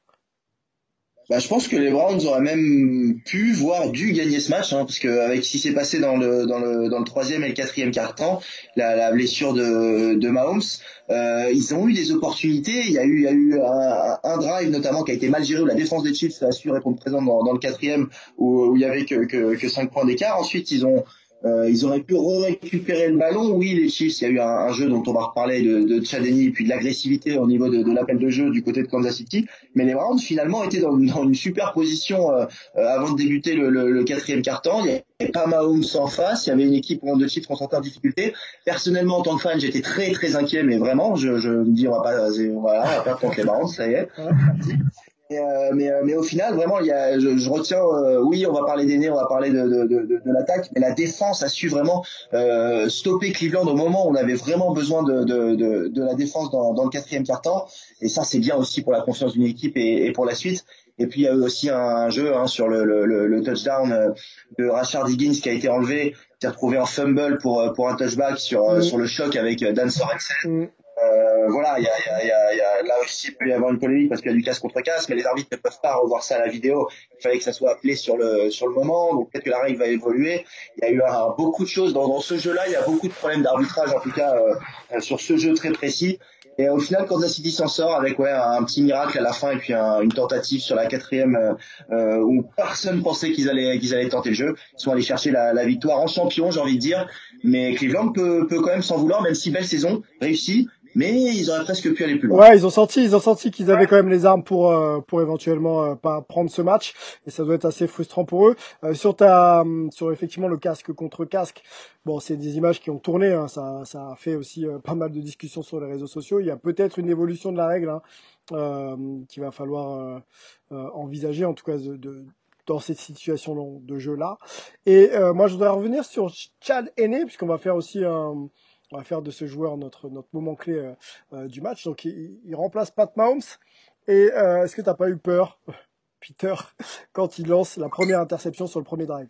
Je pense que les Browns auraient même pu, voire dû gagner ce match, parce que avec ce qui s'est passé dans le troisième et le quatrième quart-temps, la blessure de Mahomes, ils ont eu des opportunités. Il y a eu un drive notamment qui a été mal géré où la défense des Chiefs a su répondre présent dans le quatrième où il y avait que 5 points d'écart. Ensuite, ils auraient pu récupérer le ballon. Oui, les Chiefs, il y a eu un jeu dont on va reparler de Chad Henne et puis de l'agressivité au niveau de l'appel de jeu du côté de Kansas City. Mais les Browns, finalement, étaient dans une super position avant de débuter le quatrième quart-temps. Il n'y avait pas Mahomes en face. Il y avait une équipe de Chiefs qu'on sentait en difficulté. Personnellement, en tant que fan, j'étais très, très inquiet. Mais vraiment, je me dis, on va perdre contre les Browns, ça y est. Mais au final, vraiment, je retiens, oui, on va parler des nez, on va parler de l'attaque, mais la défense a su vraiment stopper Cleveland au moment où on avait vraiment besoin de la défense dans le quatrième quart-temps. Et ça, c'est bien aussi pour la confiance d'une équipe et pour la suite. Et puis il y a eu aussi un jeu sur le touchdown de Rashard Higgins qui a été enlevé, qui s'est retrouvé en fumble pour un touchback sur le choc avec Dan Sorensen. Voilà, il y a là aussi il peut y avoir une polémique parce qu'il y a du casque contre casque, mais les arbitres ne peuvent pas revoir ça à la vidéo. Il fallait que ça soit appelé sur le moment, donc peut-être que la règle va évoluer. Il y a eu beaucoup de choses dans ce jeu-là. Il y a beaucoup de problèmes d'arbitrage en tout cas sur ce jeu très précis. Et au final, Kansas City s'en sort avec un petit miracle à la fin et puis une tentative sur la quatrième où personne pensait qu'ils allaient tenter le jeu. Ils sont allés chercher la victoire en champion, j'ai envie de dire. Mais Cleveland peut quand même s'en vouloir, même si belle saison réussie. Mais ils auraient presque pu aller plus loin. Ouais, ils ont senti qu'ils avaient quand même les armes pour éventuellement pas prendre ce match, et ça doit être assez frustrant pour eux. Sur effectivement le casque contre casque. Bon, c'est des images qui ont tourné, ça a fait aussi pas mal de discussions sur les réseaux sociaux. Il y a peut-être une évolution de la règle qu'il va falloir envisager, en tout cas dans cette situation de jeu-là. Et moi, je voudrais revenir sur Chad Henne, puisqu'on va faire aussi on va faire de ce joueur notre moment clé du match. Donc, il remplace Pat Mahomes. Et est-ce que tu n'as pas eu peur, Peter, quand il lance la première interception sur le premier drive?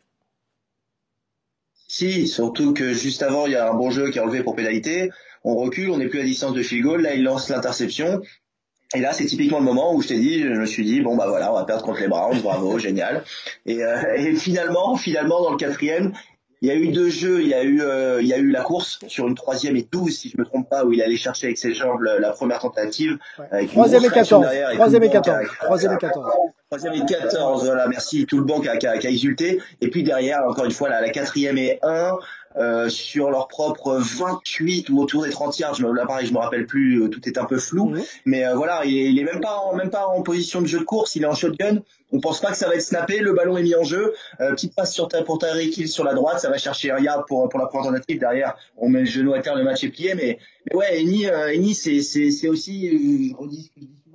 Si, surtout que juste avant, il y a un bon jeu qui est enlevé pour pénalité. On recule, on n'est plus à distance de field goal. Là, il lance l'interception. Et là, c'est typiquement le moment où je me suis dit, bon, on va perdre contre les Browns, bravo, génial. Et finalement, dans le quatrième, il y a eu 2 jeux, il y a eu la course sur une 3e et 12, si je me trompe pas, où il allait chercher avec ses jambes la première tentative. Ouais. 3e et 14. 3e et 14. 3e et 14, voilà, merci. Tout le banc qui a exulté. Et puis derrière, encore une fois, la 4e et 1, sur leur propre 28 ou autour des 30 yards. Là, pareil, je me rappelle plus, tout est un peu flou. Mais voilà, il est même pas en position de jeu de course, il est en shotgun. On pense pas que ça va être snappé, le ballon est mis en jeu. Petite passe pour Tyreek Hill sur la droite, ça va chercher un yard pour la première tentative. Derrière, on met le genou à terre, le match est plié. Mais ouais, Henne, c'est aussi, je redis ce que je dis souvent,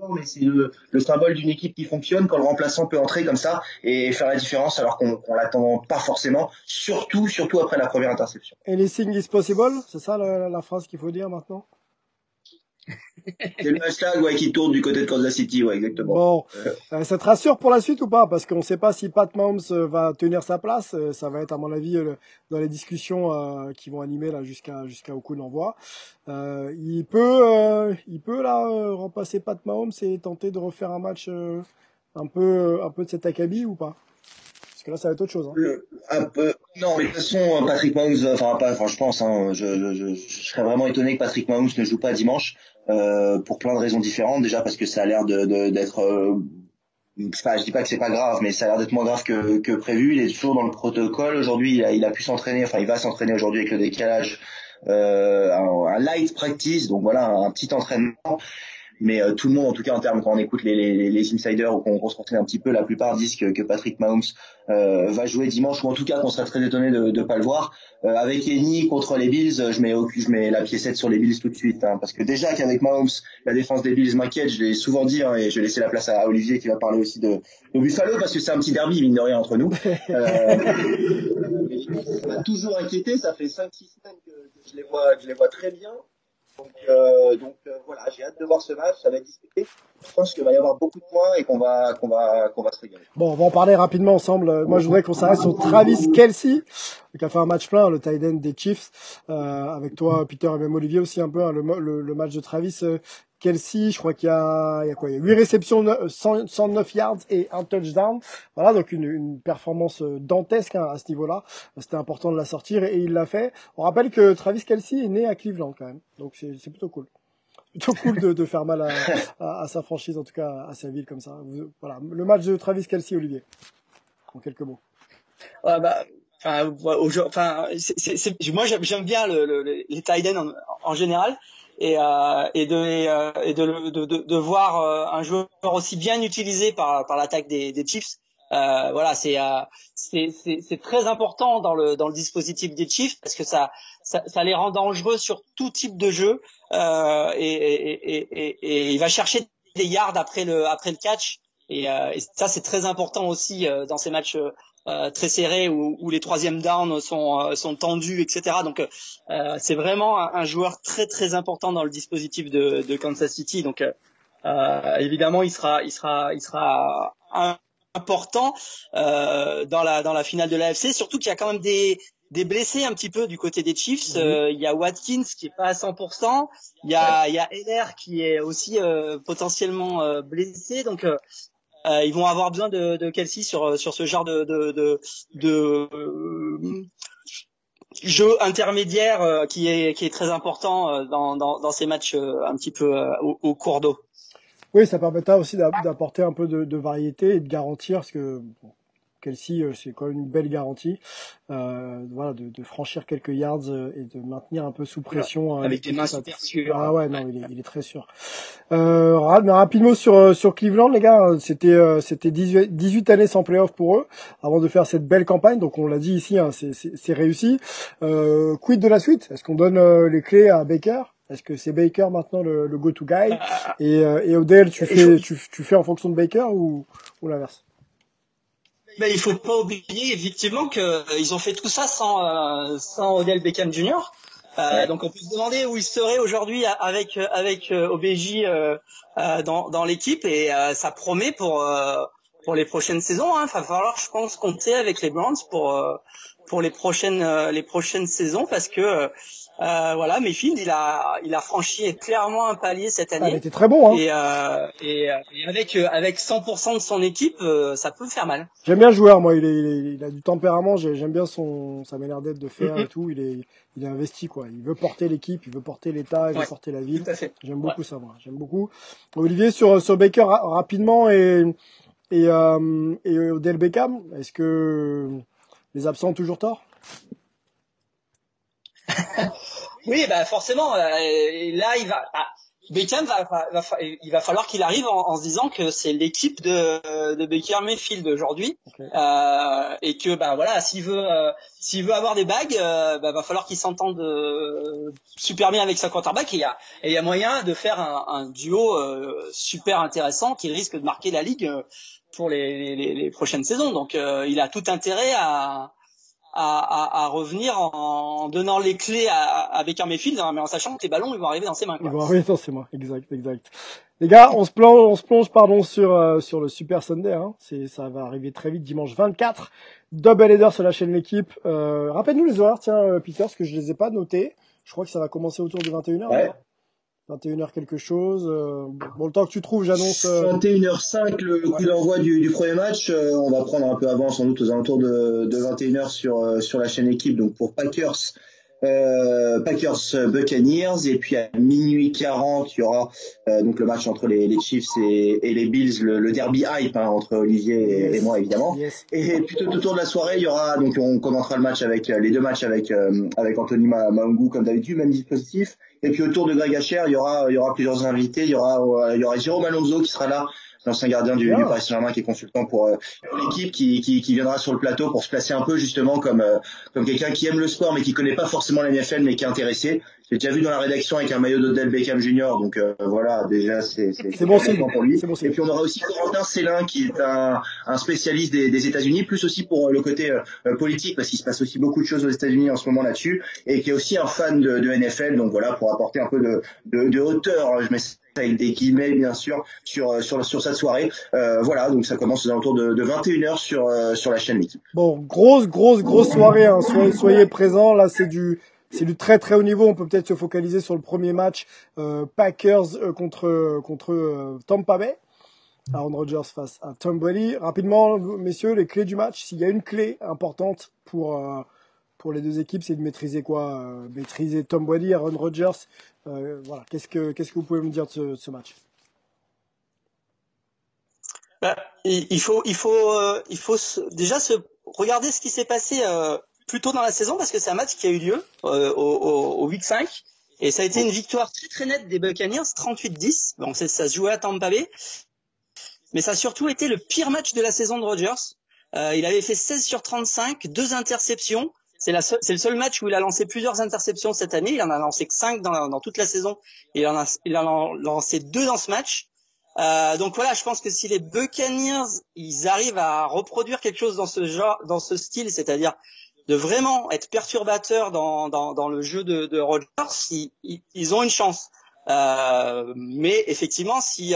mais c'est le symbole d'une équipe qui fonctionne quand le remplaçant peut entrer comme ça et faire la différence alors qu'on l'attend pas forcément, surtout après la première interception. Anything is possible, c'est ça la phrase qu'il faut dire maintenant? C'est le hashtag qui tourne du côté de Kansas City, exactement. Bon, ça te rassure pour la suite ou pas? Parce qu'on ne sait pas si Pat Mahomes va tenir sa place. Ça va être à mon avis dans les discussions qui vont animer là jusqu'au coup d'envoi. Il peut là remplacer Pat Mahomes et tenter de refaire un match un peu de cet acabit ou pas? Parce que là, ça va être autre chose. Un peu. Non, mais de toute façon, Patrick Mahomes, je pense, je serais vraiment étonné que Patrick Mahomes ne joue pas dimanche, pour plein de raisons différentes. Déjà parce que ça a l'air d'être, je dis pas que c'est pas grave, mais ça a l'air d'être moins grave que prévu. Il est toujours dans le protocole. Aujourd'hui, il a pu s'entraîner, il va s'entraîner aujourd'hui avec le décalage, un light practice, donc voilà, un petit entraînement. Mais tout le monde, en tout cas en termes, quand on écoute les insiders ou qu'on se renseigne un petit peu, la plupart disent que Patrick Mahomes va jouer dimanche, ou en tout cas qu'on serait très étonné de pas le voir. Avec Henny contre les Bills, je mets la piécette sur les Bills tout de suite, parce que déjà qu'avec Mahomes, la défense des Bills m'inquiète, je l'ai souvent dit, et je vais laisser la place à Olivier qui va parler aussi de Buffalo, parce que c'est un petit derby, mine de rien, entre nous. Ça m'a toujours inquiété, ça fait 5-6 semaines que je les vois très bien. Donc voilà, j'ai hâte de voir ce match, ça va être discuté. Je pense qu'il va y avoir beaucoup de points et qu'on va se régaler. Bon, on va en parler rapidement ensemble. Moi, je voudrais qu'on s'arrête sur Travis Kelce, qui a fait un match plein, le tight end des Chiefs, avec toi, Peter, et même Olivier aussi un peu, le match de Travis Kelce. Je crois qu'il y a 8 réceptions, 109 yards et un touchdown. Voilà, donc une performance dantesque à ce niveau-là. C'était important de la sortir et il l'a fait. On rappelle que Travis Kelce est né à Cleveland quand même, donc c'est plutôt cool. Plutôt cool de faire mal à sa franchise, en tout cas à sa ville comme ça. Voilà, le match de Travis Kelce, Olivier, en quelques mots. Ouais, moi j'aime bien les tight ends en général. Et de voir un joueur aussi bien utilisé par l'attaque des Chiefs, voilà, c'est très important dans le dispositif des Chiefs parce que ça les rend dangereux sur tout type de jeu, et il va chercher des yards après le catch, et ça c'est très important aussi dans ces matchs très serrés où les troisième downs sont tendus, etc. Donc c'est vraiment un joueur très très important dans le dispositif de Kansas City. Donc évidemment il sera important dans la finale de l'AFC, surtout qu'il y a quand même des blessés un petit peu du côté des Chiefs. Il y a Watkins qui est pas à 100%, il y a Heller qui est aussi potentiellement blessé, donc ils vont avoir besoin de Kelce sur ce genre de jeu intermédiaire qui est très important dans ces matchs un petit peu au cours d'eau. Oui, ça permettra aussi d'apporter un peu de variété et de garantir, parce que Kelce, c'est quand même une belle garantie, voilà, de franchir quelques yards et de maintenir un peu sous pression. Avec des mains super sûres. Ah ouais, non, il est très sûr. Mais rapidement sur Cleveland, les gars, c'était 18 années sans playoff pour eux, avant de faire cette belle campagne. Donc on l'a dit ici, hein, c'est réussi. Quid de la suite? Est-ce qu'on donne les clés à Baker? Est-ce que c'est Baker maintenant le go-to guy? Et Odell, tu fais en fonction de Baker ou l'inverse? Mais il faut pas oublier effectivement que ils ont fait tout ça sans Odell Beckham Jr. Donc on peut se demander où il serait aujourd'hui avec OBJ dans l'équipe, et ça promet pour les prochaines saisons. Hein. Il va falloir, je pense, compter avec les Browns pour les prochaines saisons, parce que voilà, Mayfield il a franchi clairement un palier cette année. Il était très bon, hein. Et avec 100% de son équipe, ça peut faire mal. J'aime bien le joueur, moi. Il a du tempérament. J'aime bien sa manière d'être, de faire et tout. Il est investi, quoi. Il veut porter l'équipe, il veut porter l'État, il veut porter la ville. Tout à fait. J'aime beaucoup ça, moi. J'aime beaucoup. Olivier, sur Baker rapidement et Odell Beckham, est-ce que les absents ont toujours tort? Oui, bah forcément. Là, Beckham il va falloir qu'il arrive en se disant que c'est l'équipe de Baker Mayfield aujourd'hui, okay. Et que voilà, s'il veut avoir des bagues, va falloir qu'il s'entende super bien avec sa quarterback, et il y a moyen de faire un duo super intéressant qui risque de marquer la ligue pour les prochaines saisons. Donc il a tout intérêt à revenir en donnant les clés à Baker Mayfield, mais en sachant que les ballons ils vont arriver dans ses mains. Ils vont arriver dans ses mains, exact. Les gars, on se plonge sur le Super Sunday. Hein. Ça va arriver très vite, dimanche 24. Double header sur la chaîne L'équipe. Rappelle-nous les horaires, tiens, Peter, parce que je les ai pas notés. Je crois que ça va commencer autour de 21h. Ouais. 21h quelque chose. Bon, le temps que tu trouves, j'annonce. 21h05 le coup d'envoi du premier match. On va prendre un peu avant, sans doute aux alentours de 21h sur la chaîne Équipe. Donc pour Packers Buccaneers, et puis à minuit 40 il y aura donc le match entre les Chiefs et les Bills, le derby hype entre Olivier et moi évidemment. Yes. Et puis tout autour de la soirée il y aura, donc on commentera le match avec les deux matchs avec Anthony Maungu comme d'habitude, même dispositif. Et puis autour de Greg Asher il y aura plusieurs invités. Il y aura Jérôme Alonso qui sera là, l'ancien gardien du Paris Saint-Germain, qui est consultant pour l'équipe, qui viendra sur le plateau pour se placer un peu justement comme quelqu'un qui aime le sport mais qui connaît pas forcément la NFL mais qui est intéressé. J'ai déjà vu dans la rédaction avec un maillot d'Odell Beckham Jr. Donc voilà, déjà c'est bon signe pour lui. C'est bon signe. Et puis on aura aussi Corentin Célin qui est un spécialiste des États-Unis, plus aussi pour le côté politique, parce qu'il se passe aussi beaucoup de choses aux États-Unis en ce moment là-dessus, et qui est aussi un fan de NFL. Donc voilà, pour apporter un peu de hauteur, je mets avec des guillemets bien sûr sur cette soirée. Voilà, donc ça commence aux alentours de 21h sur la chaîne L'équipe. Bon, grosse soirée, hein. Soyez présents, là c'est du très très haut niveau. On peut peut-être se focaliser sur le premier match, Packers contre Tampa Bay. Aaron Rodgers face à Tom Brady. Rapidement, messieurs, les clés du match. S'il y a une clé importante pour les deux équipes, c'est de maîtriser quoi? Maîtriser Tom Brady, Aaron Rodgers. Voilà. Qu'est-ce que vous pouvez me dire de ce match? Il faut déjà regarder ce qui s'est passé plus tôt dans la saison, parce que c'est un match qui a eu lieu au week 5, et ça a été une victoire très très nette des Buccaneers, 38-10. Donc ça se jouait à Tampa Bay, mais ça a surtout été le pire match de la saison de Rodgers. Il avait fait 16 sur 35, 2 interceptions. C'est le seul match où il a lancé plusieurs interceptions cette année. Il en a lancé que 5 dans toute la saison. Il en a lancé 2 dans ce match. Donc voilà, je pense que si les Buccaneers, ils arrivent à reproduire quelque chose dans ce genre, dans ce style, c'est-à-dire de vraiment être perturbateurs dans le jeu de Rodgers, ils ont une chance. Mais effectivement, si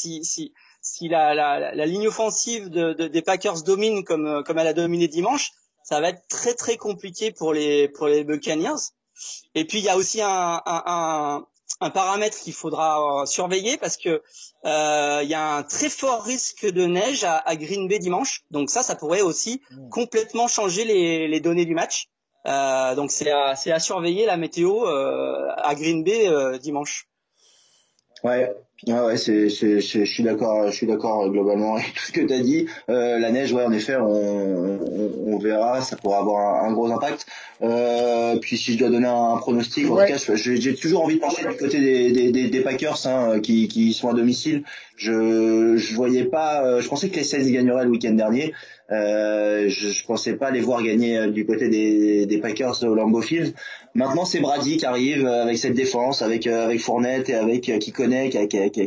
la ligne offensive des Packers domine comme elle a dominé dimanche, ça va être très très compliqué pour les Buccaneers. Et puis il y a aussi un paramètre qu'il faudra surveiller, parce que il y a un très fort risque de neige à Green Bay dimanche. Donc ça pourrait aussi complètement changer les données du match. Donc c'est à surveiller la météo à Green Bay dimanche. Ouais, je suis d'accord globalement avec tout ce que tu as dit. La neige, ouais, en effet, on verra, ça pourra avoir un gros impact. Puis si je dois donner un pronostic, en tout cas, j'ai toujours envie de pencher du côté des Packers, hein, qui sont à domicile. Je voyais pas, je pensais que les Saints gagneraient le week-end dernier. Je pensais pas les voir gagner du côté des Packers au Lambeau Field. Maintenant, c'est Brady qui arrive avec cette défense, avec Fournette et avec qui connaît, qui a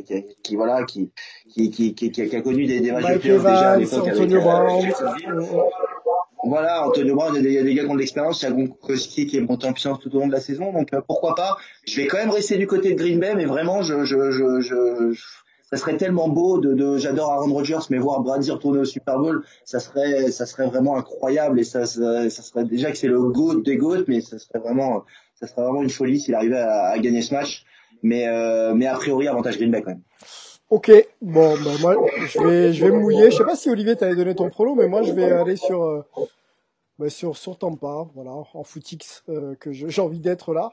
connu des matchs de playoff déjà à l'époque Antonio Brown. Voilà, Antonio Brown, il y a des gars qui ont de l'expérience, il y a Gronkowski qui est monté en puissance tout au long de la saison, donc pourquoi pas. Je vais quand même rester du côté de Green Bay, mais vraiment, ça serait tellement beau j'adore Aaron Rodgers, mais voir Brady retourner au Super Bowl, ça serait vraiment incroyable, et ça serait déjà que c'est le GOAT des GOAT, mais ça serait vraiment une folie s'il arrivait à gagner ce match. Mais a priori, avantage Green Bay quand même. Ok, bon, moi, je vais me mouiller. Je sais pas si Olivier t'avait donné ton prono, mais moi, je vais aller sur Tampa, voilà, en footix, que j'ai envie d'être là.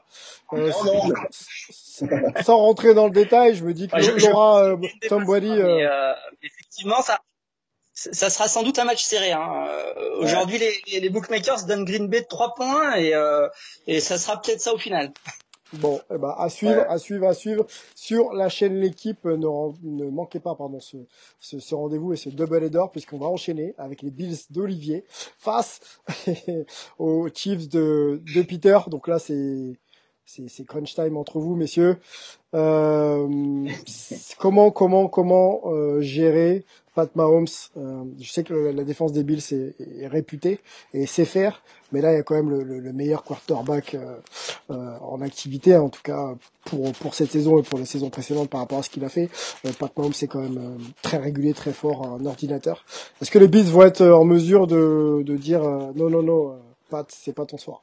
Sans rentrer dans le détail, je me dis que Laura, Tom Brady, effectivement, ça sera sans doute un match serré, hein. Aujourd'hui, les bookmakers donnent Green Bay de 3 points, et ça sera peut-être ça au final. Bon, eh ben, à suivre sur la chaîne L'équipe. Ne manquez pas, ce rendez-vous et ce double header, puisqu'on va enchaîner avec les Bills d'Olivier face aux Chiefs de Peter. Donc là, c'est crunch time entre vous, messieurs. Comment gérer Pat Mahomes? Je sais que la défense des Bills est réputée et sait faire, mais là il y a quand même le meilleur quarterback en activité, en tout cas pour cette saison et pour la saison précédente par rapport à ce qu'il a fait. Pat Mahomes c'est quand même très régulier, très fort, un ordinateur. Est-ce que les Bills vont être en mesure de dire non, Pat, c'est pas ton soir?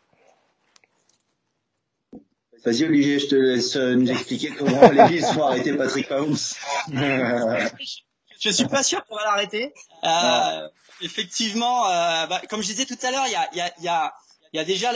Vas-y Olivier, je te laisse nous expliquer comment les Bills vont arrêter Patrick Mahomes. Je suis pas sûr qu'on va l'arrêter. Effectivement, comme je disais tout à l'heure, il y a déjà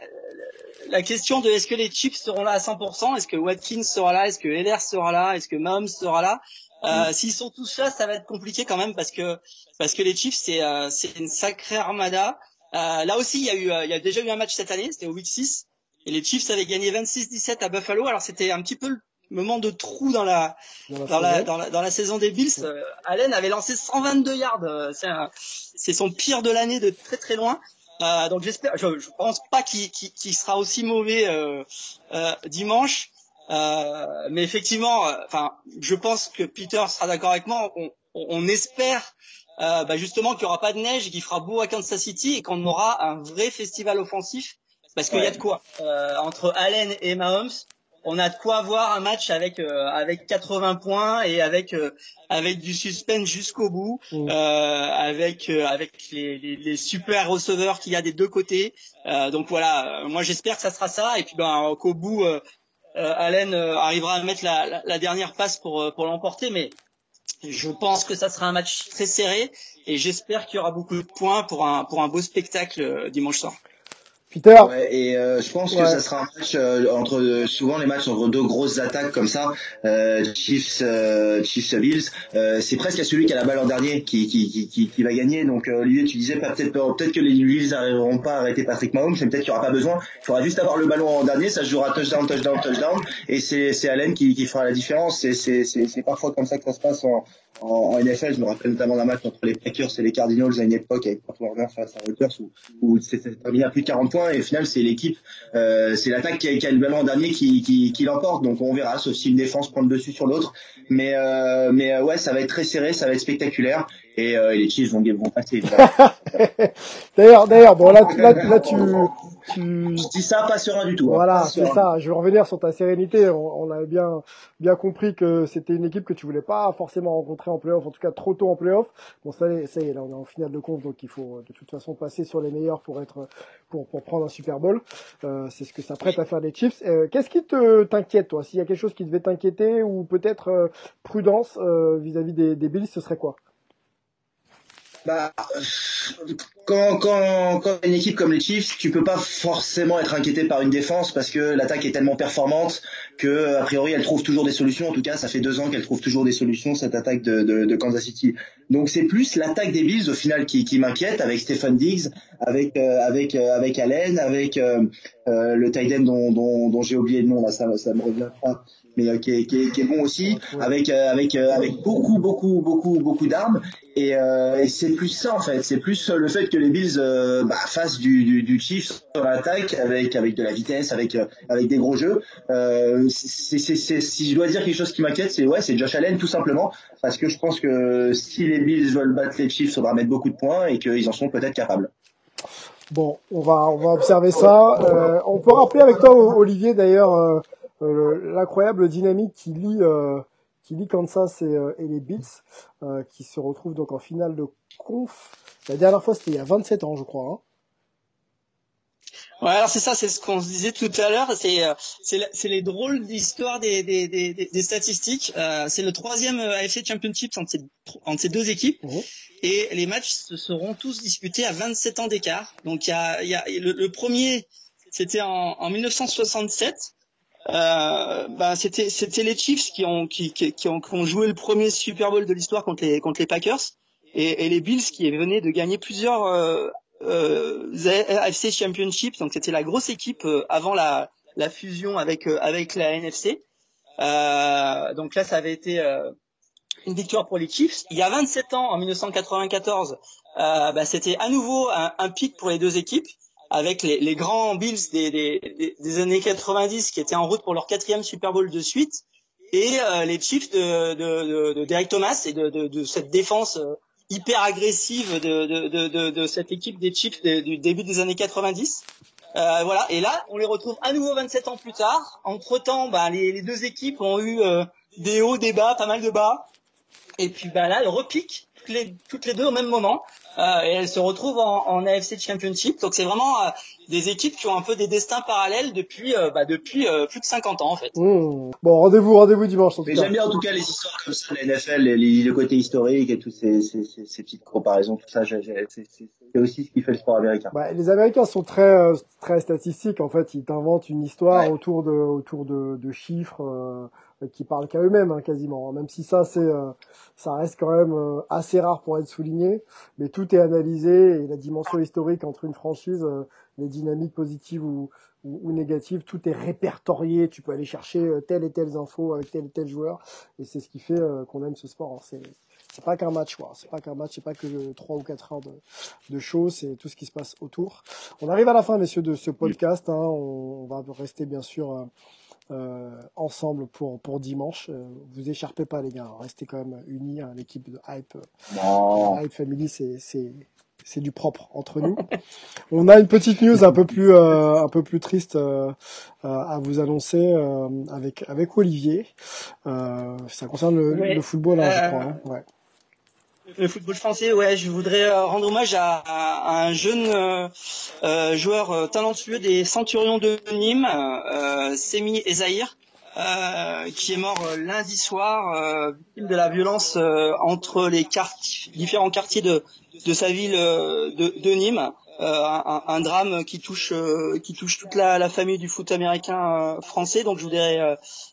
la question de est-ce que les Chiefs seront là à 100%, est-ce que Watkins sera là, est-ce que Heller sera là, est-ce que Mahomes sera là. S'ils sont tous là, ça va être compliqué quand même parce que les Chiefs c'est une sacrée armada. Là aussi, il y a déjà eu un match cette année, c'était au Week 6 et les Chiefs avaient gagné 26-17 à Buffalo. Alors c'était un petit peu le moment de trou dans la saison des Bills. Allen avait lancé 122 yards. C'est son pire de l'année de très très loin. Donc j'espère, je pense pas qu'il sera aussi mauvais dimanche. Mais effectivement, je pense que Peter sera d'accord avec moi. On espère justement qu'il y aura pas de neige et qu'il fera beau à Kansas City et qu'on aura un vrai festival offensif parce qu'il y a de quoi entre Allen et Mahomes. On a de quoi avoir un match avec 80 points et avec du suspense jusqu'au bout, avec les super receveurs qu'il y a des deux côtés. Donc voilà, moi j'espère que ça sera ça et puis qu'au bout Allen arrivera à mettre la dernière passe pour l'emporter, mais je pense que ça sera un match très serré et j'espère qu'il y aura beaucoup de points pour un beau spectacle dimanche soir. Peter. Ouais, et je pense que ça sera un match souvent les matchs entre deux grosses attaques comme ça, Chiefs Bills, c'est presque à celui qui a la balle en dernier qui va gagner. Donc Olivier, tu disais peut-être que les Bills n'arriveront pas à arrêter Patrick Mahomes, mais peut-être qu'il n'y aura pas besoin. Il faudra juste avoir le ballon en dernier, ça se jouera touchdown, et c'est Allen qui fera la différence. C'est parfois comme ça que ça se passe en NFL. Je me rappelle notamment d'un match entre les Packers et les Cardinals à une époque avec Kurt Warner face à Rodgers où c'était terminé à plus de 40 points et au final c'est l'équipe, c'est l'attaque qui a le ballon en dernier qui l'emporte. Donc on verra, sauf si une défense prend le dessus sur l'autre. Mais ouais, ça va être très serré, ça va être spectaculaire et les Chiefs vont passer. D'ailleurs, bon là tu je dis ça pas serein du tout. Voilà, c'est ça. Je veux revenir sur ta sérénité. On avait bien compris que c'était une équipe que tu voulais pas forcément rencontrer en play-off, en tout cas trop tôt en play-off. Bon, ça y est, là on est en finale de conf, donc il faut de toute façon passer sur les meilleurs pour prendre un Super Bowl. C'est ce que ça prête à faire les Chiefs. Qu'est-ce qui t'inquiète, toi? S'il y a quelque chose qui devait t'inquiéter ou peut-être prudence vis-à-vis des Bills, ce serait quoi? Quand une équipe comme les Chiefs, tu peux pas forcément être inquiété par une défense parce que l'attaque est tellement performante que a priori elle trouve toujours des solutions. En tout cas, ça fait 2 ans qu'elle trouve toujours des solutions, cette attaque de Kansas City. Donc c'est plus l'attaque des Bills au final qui m'inquiète, avec Stephen Diggs, avec Allen, avec le tight end dont j'ai oublié le nom là, ça me revient pas, mais qui est bon aussi, avec beaucoup d'armes. Et c'est plus ça en fait, c'est plus le fait que les Bills fassent du Chiefs sur l'attaque avec de la vitesse, avec des gros jeux. Si je dois dire quelque chose qui m'inquiète, c'est Josh Allen tout simplement, parce que je pense que si les Bills veulent battre les Chiefs, il faudra mettre beaucoup de points et qu'ils en sont peut-être capables. Bon, on va observer ça. On peut rappeler avec toi, Olivier, d'ailleurs, l'incroyable dynamique qui lie Kansas et les Bills, qui se retrouvent donc en finale de conf. La dernière fois, c'était il y a 27 ans, je crois. Hein. Ouais, alors c'est ça, c'est ce qu'on se disait tout à l'heure. C'est les drôles d'histoire des statistiques. C'est le 3e AFC Championship entre ces deux équipes. Mmh. Et les matchs se seront tous disputés à 27 ans d'écart. Donc il y a le premier, c'était en 1967. C'était les Chiefs qui ont joué le premier Super Bowl de l'histoire contre les Packers et les Bills qui venaient de gagner plusieurs AFC Championships. Donc c'était la grosse équipe avant la la fusion avec la NFC. Donc là, ça avait été une victoire pour les Chiefs. Il y a 27 ans, en 1994, c'était à nouveau un pic pour les deux équipes, avec les grands Bills des années 90 qui étaient en route pour leur 4e Super Bowl de suite, et les Chiefs de Derek Thomas et de cette défense hyper agressive de cette équipe des Chiefs du début des années 90. Voilà, et là on les retrouve à nouveau 27 ans plus tard. Entre-temps, les deux équipes ont eu des hauts, des bas, pas mal de bas, et puis là elles repiquent toutes les deux au même moment, et elles se retrouvent en AFC Championship. Donc c'est vraiment des équipes qui ont un peu des destins parallèles depuis plus de 50 ans en fait. Bon, rendez-vous dimanche en tout cas. J'aime bien en tout cas les histoires comme ça, la NFL, le côté historique et toutes ces petites comparaisons, tout ça, c'est aussi ce qui fait le sport américain. Les Américains sont très statistiques en fait. Ils t'inventent une histoire autour de chiffres qui parlent qu'à eux-mêmes quasiment. Même si ça reste quand même assez rare pour être souligné, mais tout est analysé, et la dimension historique entre une franchise, les dynamiques positives ou négatives, tout est répertorié. Tu peux aller chercher telle et telle info avec tel et tel joueur, et c'est ce qui fait qu'on aime ce sport. Alors, c'est pas qu'un match, quoi. C'est pas que 3 ou 4 heures de show, c'est tout ce qui se passe autour. On arrive à la fin, messieurs, de ce podcast. On va rester bien sûr ensemble pour dimanche. Vous écharpez pas, les gars. Restez quand même unis. L'équipe de Hype, Hype Family, c'est du propre entre nous. On a une petite news un peu plus triste à vous annoncer avec Olivier. Ça concerne le football, je crois. Ouais. Le football français, je voudrais rendre hommage à un jeune joueur talentueux des Centurions de Nîmes, Semi Ezaïr, qui est mort lundi soir, victime de la violence entre les différents quartiers de sa ville de Nîmes. Un drame qui touche toute la famille du foot américain français. Donc je voudrais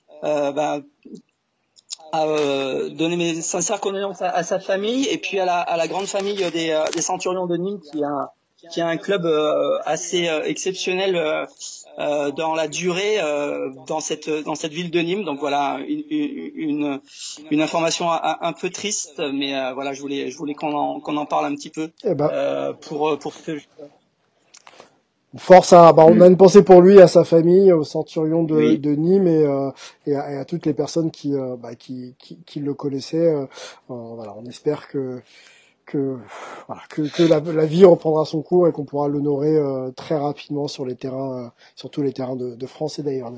donner mes sincères condoléances à sa famille, et puis à la grande famille des Centurions de Nîmes, qui a un club assez exceptionnel dans la durée dans cette ville de Nîmes. Donc voilà, une information un peu triste, mais voilà, je voulais qu'on en parle un petit peu pour que force on a une pensée pour lui, à sa famille, aux Centurions de Nîmes, et à toutes les personnes qui le connaissaient. Voilà, on espère que la vie reprendra son cours et qu'on pourra l'honorer très rapidement sur les terrains, sur tous les terrains de France et d'ailleurs.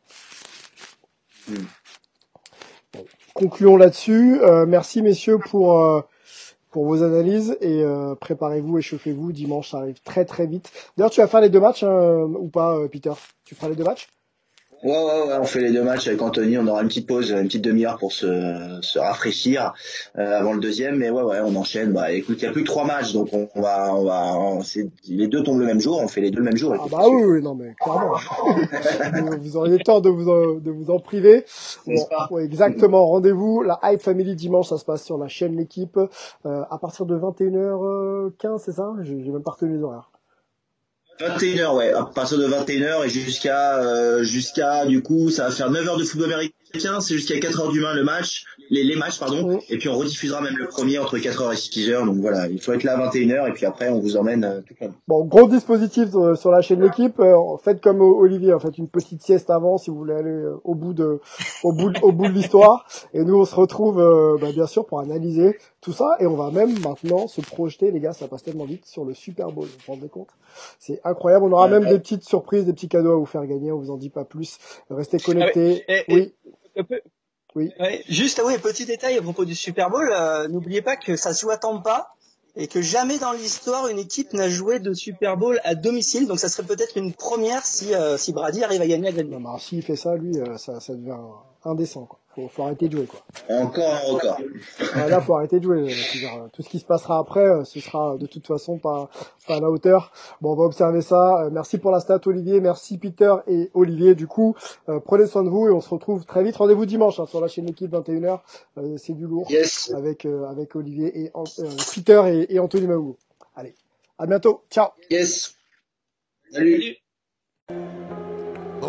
Bon, concluons là-dessus. Merci messieurs pour vos analyses, et préparez-vous, échauffez-vous. Dimanche, ça arrive très très vite. D'ailleurs, tu vas faire les 2 matchs ou pas, Peter? Tu feras les 2 matchs? Ouais, on fait les 2 matchs avec Anthony. On aura une petite pause, une petite demi-heure pour se rafraîchir avant le deuxième. Mais on enchaîne. Écoute, il y a plus que 3 matchs, donc on va les 2 tombent le même jour. On fait les 2 le même jour. Écoute, oui, non mais clairement. Vous auriez tort de vous en priver. Bon, exactement. Rendez-vous la Hype Family dimanche. Ça se passe sur la chaîne L'équipe à partir de 21h15, c'est ça? J'ai même pas retenu les horaires. 21h, à partir de 21h et jusqu'à du coup ça va faire 9 heures de football américain, c'est jusqu'à 4h du matin le match, les matchs pardon, et puis on rediffusera même le premier entre 4h et 6h, donc voilà, il faut être là à 21h et puis après on vous emmène toute la nuit. Bon, gros dispositif sur la chaîne L'équipe, faites comme Olivier, faites une petite sieste avant si vous voulez aller au bout de l'histoire, et nous on se retrouve bien sûr pour analyser tout ça, et on va même maintenant se projeter, les gars, ça passe tellement vite, sur le Super Bowl, vous vous rendez compte? C'est incroyable, on aura même des petites surprises, des petits cadeaux à vous faire gagner, on vous en dit pas plus. Restez connectés. Oui. Juste, petit détail à propos du Super Bowl, n'oubliez pas que ça se joue à Tampa, et que jamais dans l'histoire une équipe n'a joué de Super Bowl à domicile, donc ça serait peut-être une première si Brady arrive à gagner à Green Bay. Non, s'il fait ça, lui, ça devient indécent, quoi. Faut arrêter de jouer, quoi. Encore un record. Là, faut arrêter de jouer. Tout ce qui se passera après, ce sera de toute façon pas à la hauteur. Bon, on va observer ça. Merci pour la stat, Olivier. Merci, Peter et Olivier. Du coup, prenez soin de vous et on se retrouve très vite. Rendez-vous dimanche sur la chaîne L'équipe, 21h. C'est du lourd. Yes. Avec Olivier et Peter et Anthony Maou. Allez, à bientôt. Ciao. Yes. Salut. The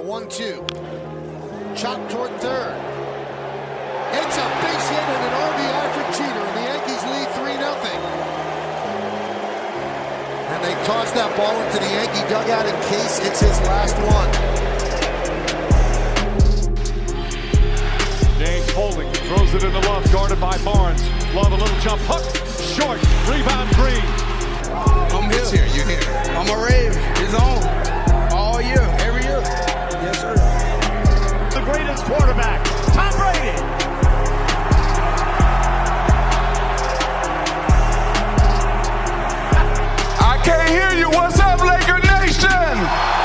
1-2. Chop toward third. It's a base hit and an RBI for Jeter, and the Yankees lead 3-0. And they toss that ball into the Yankee dugout in case it's his last one. James Holding throws it in the love, guarded by Barnes. Love a little jump hook, short, rebound Green. I'm here. You're here. I'm a Rave. It's on. All year, every year. Yes, sir. The greatest quarterback, Tom Brady. I can't hear you. What's up, Laker Nation?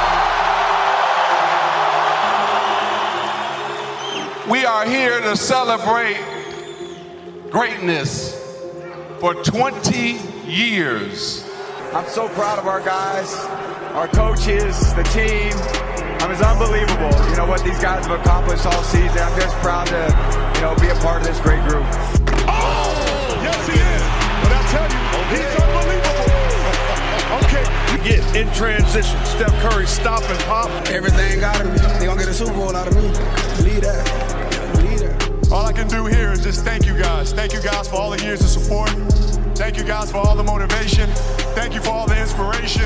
We are here to celebrate greatness for 20 years. I'm so proud of our guys, our coaches, the team. I mean, it's unbelievable, you know, what these guys have accomplished all season. I'm just proud to, you know, be a part of this great group. Oh, yes he is. But I tell you, he's unbelievable. Okay. You get in transition, Steph Curry stop and pop. Everything out of me. They're going to get a Super Bowl out of me. Believe that. Believe that. All I can do here is just thank you guys. Thank you guys for all the years of support. Thank you guys for all the motivation. Thank you for all the inspiration.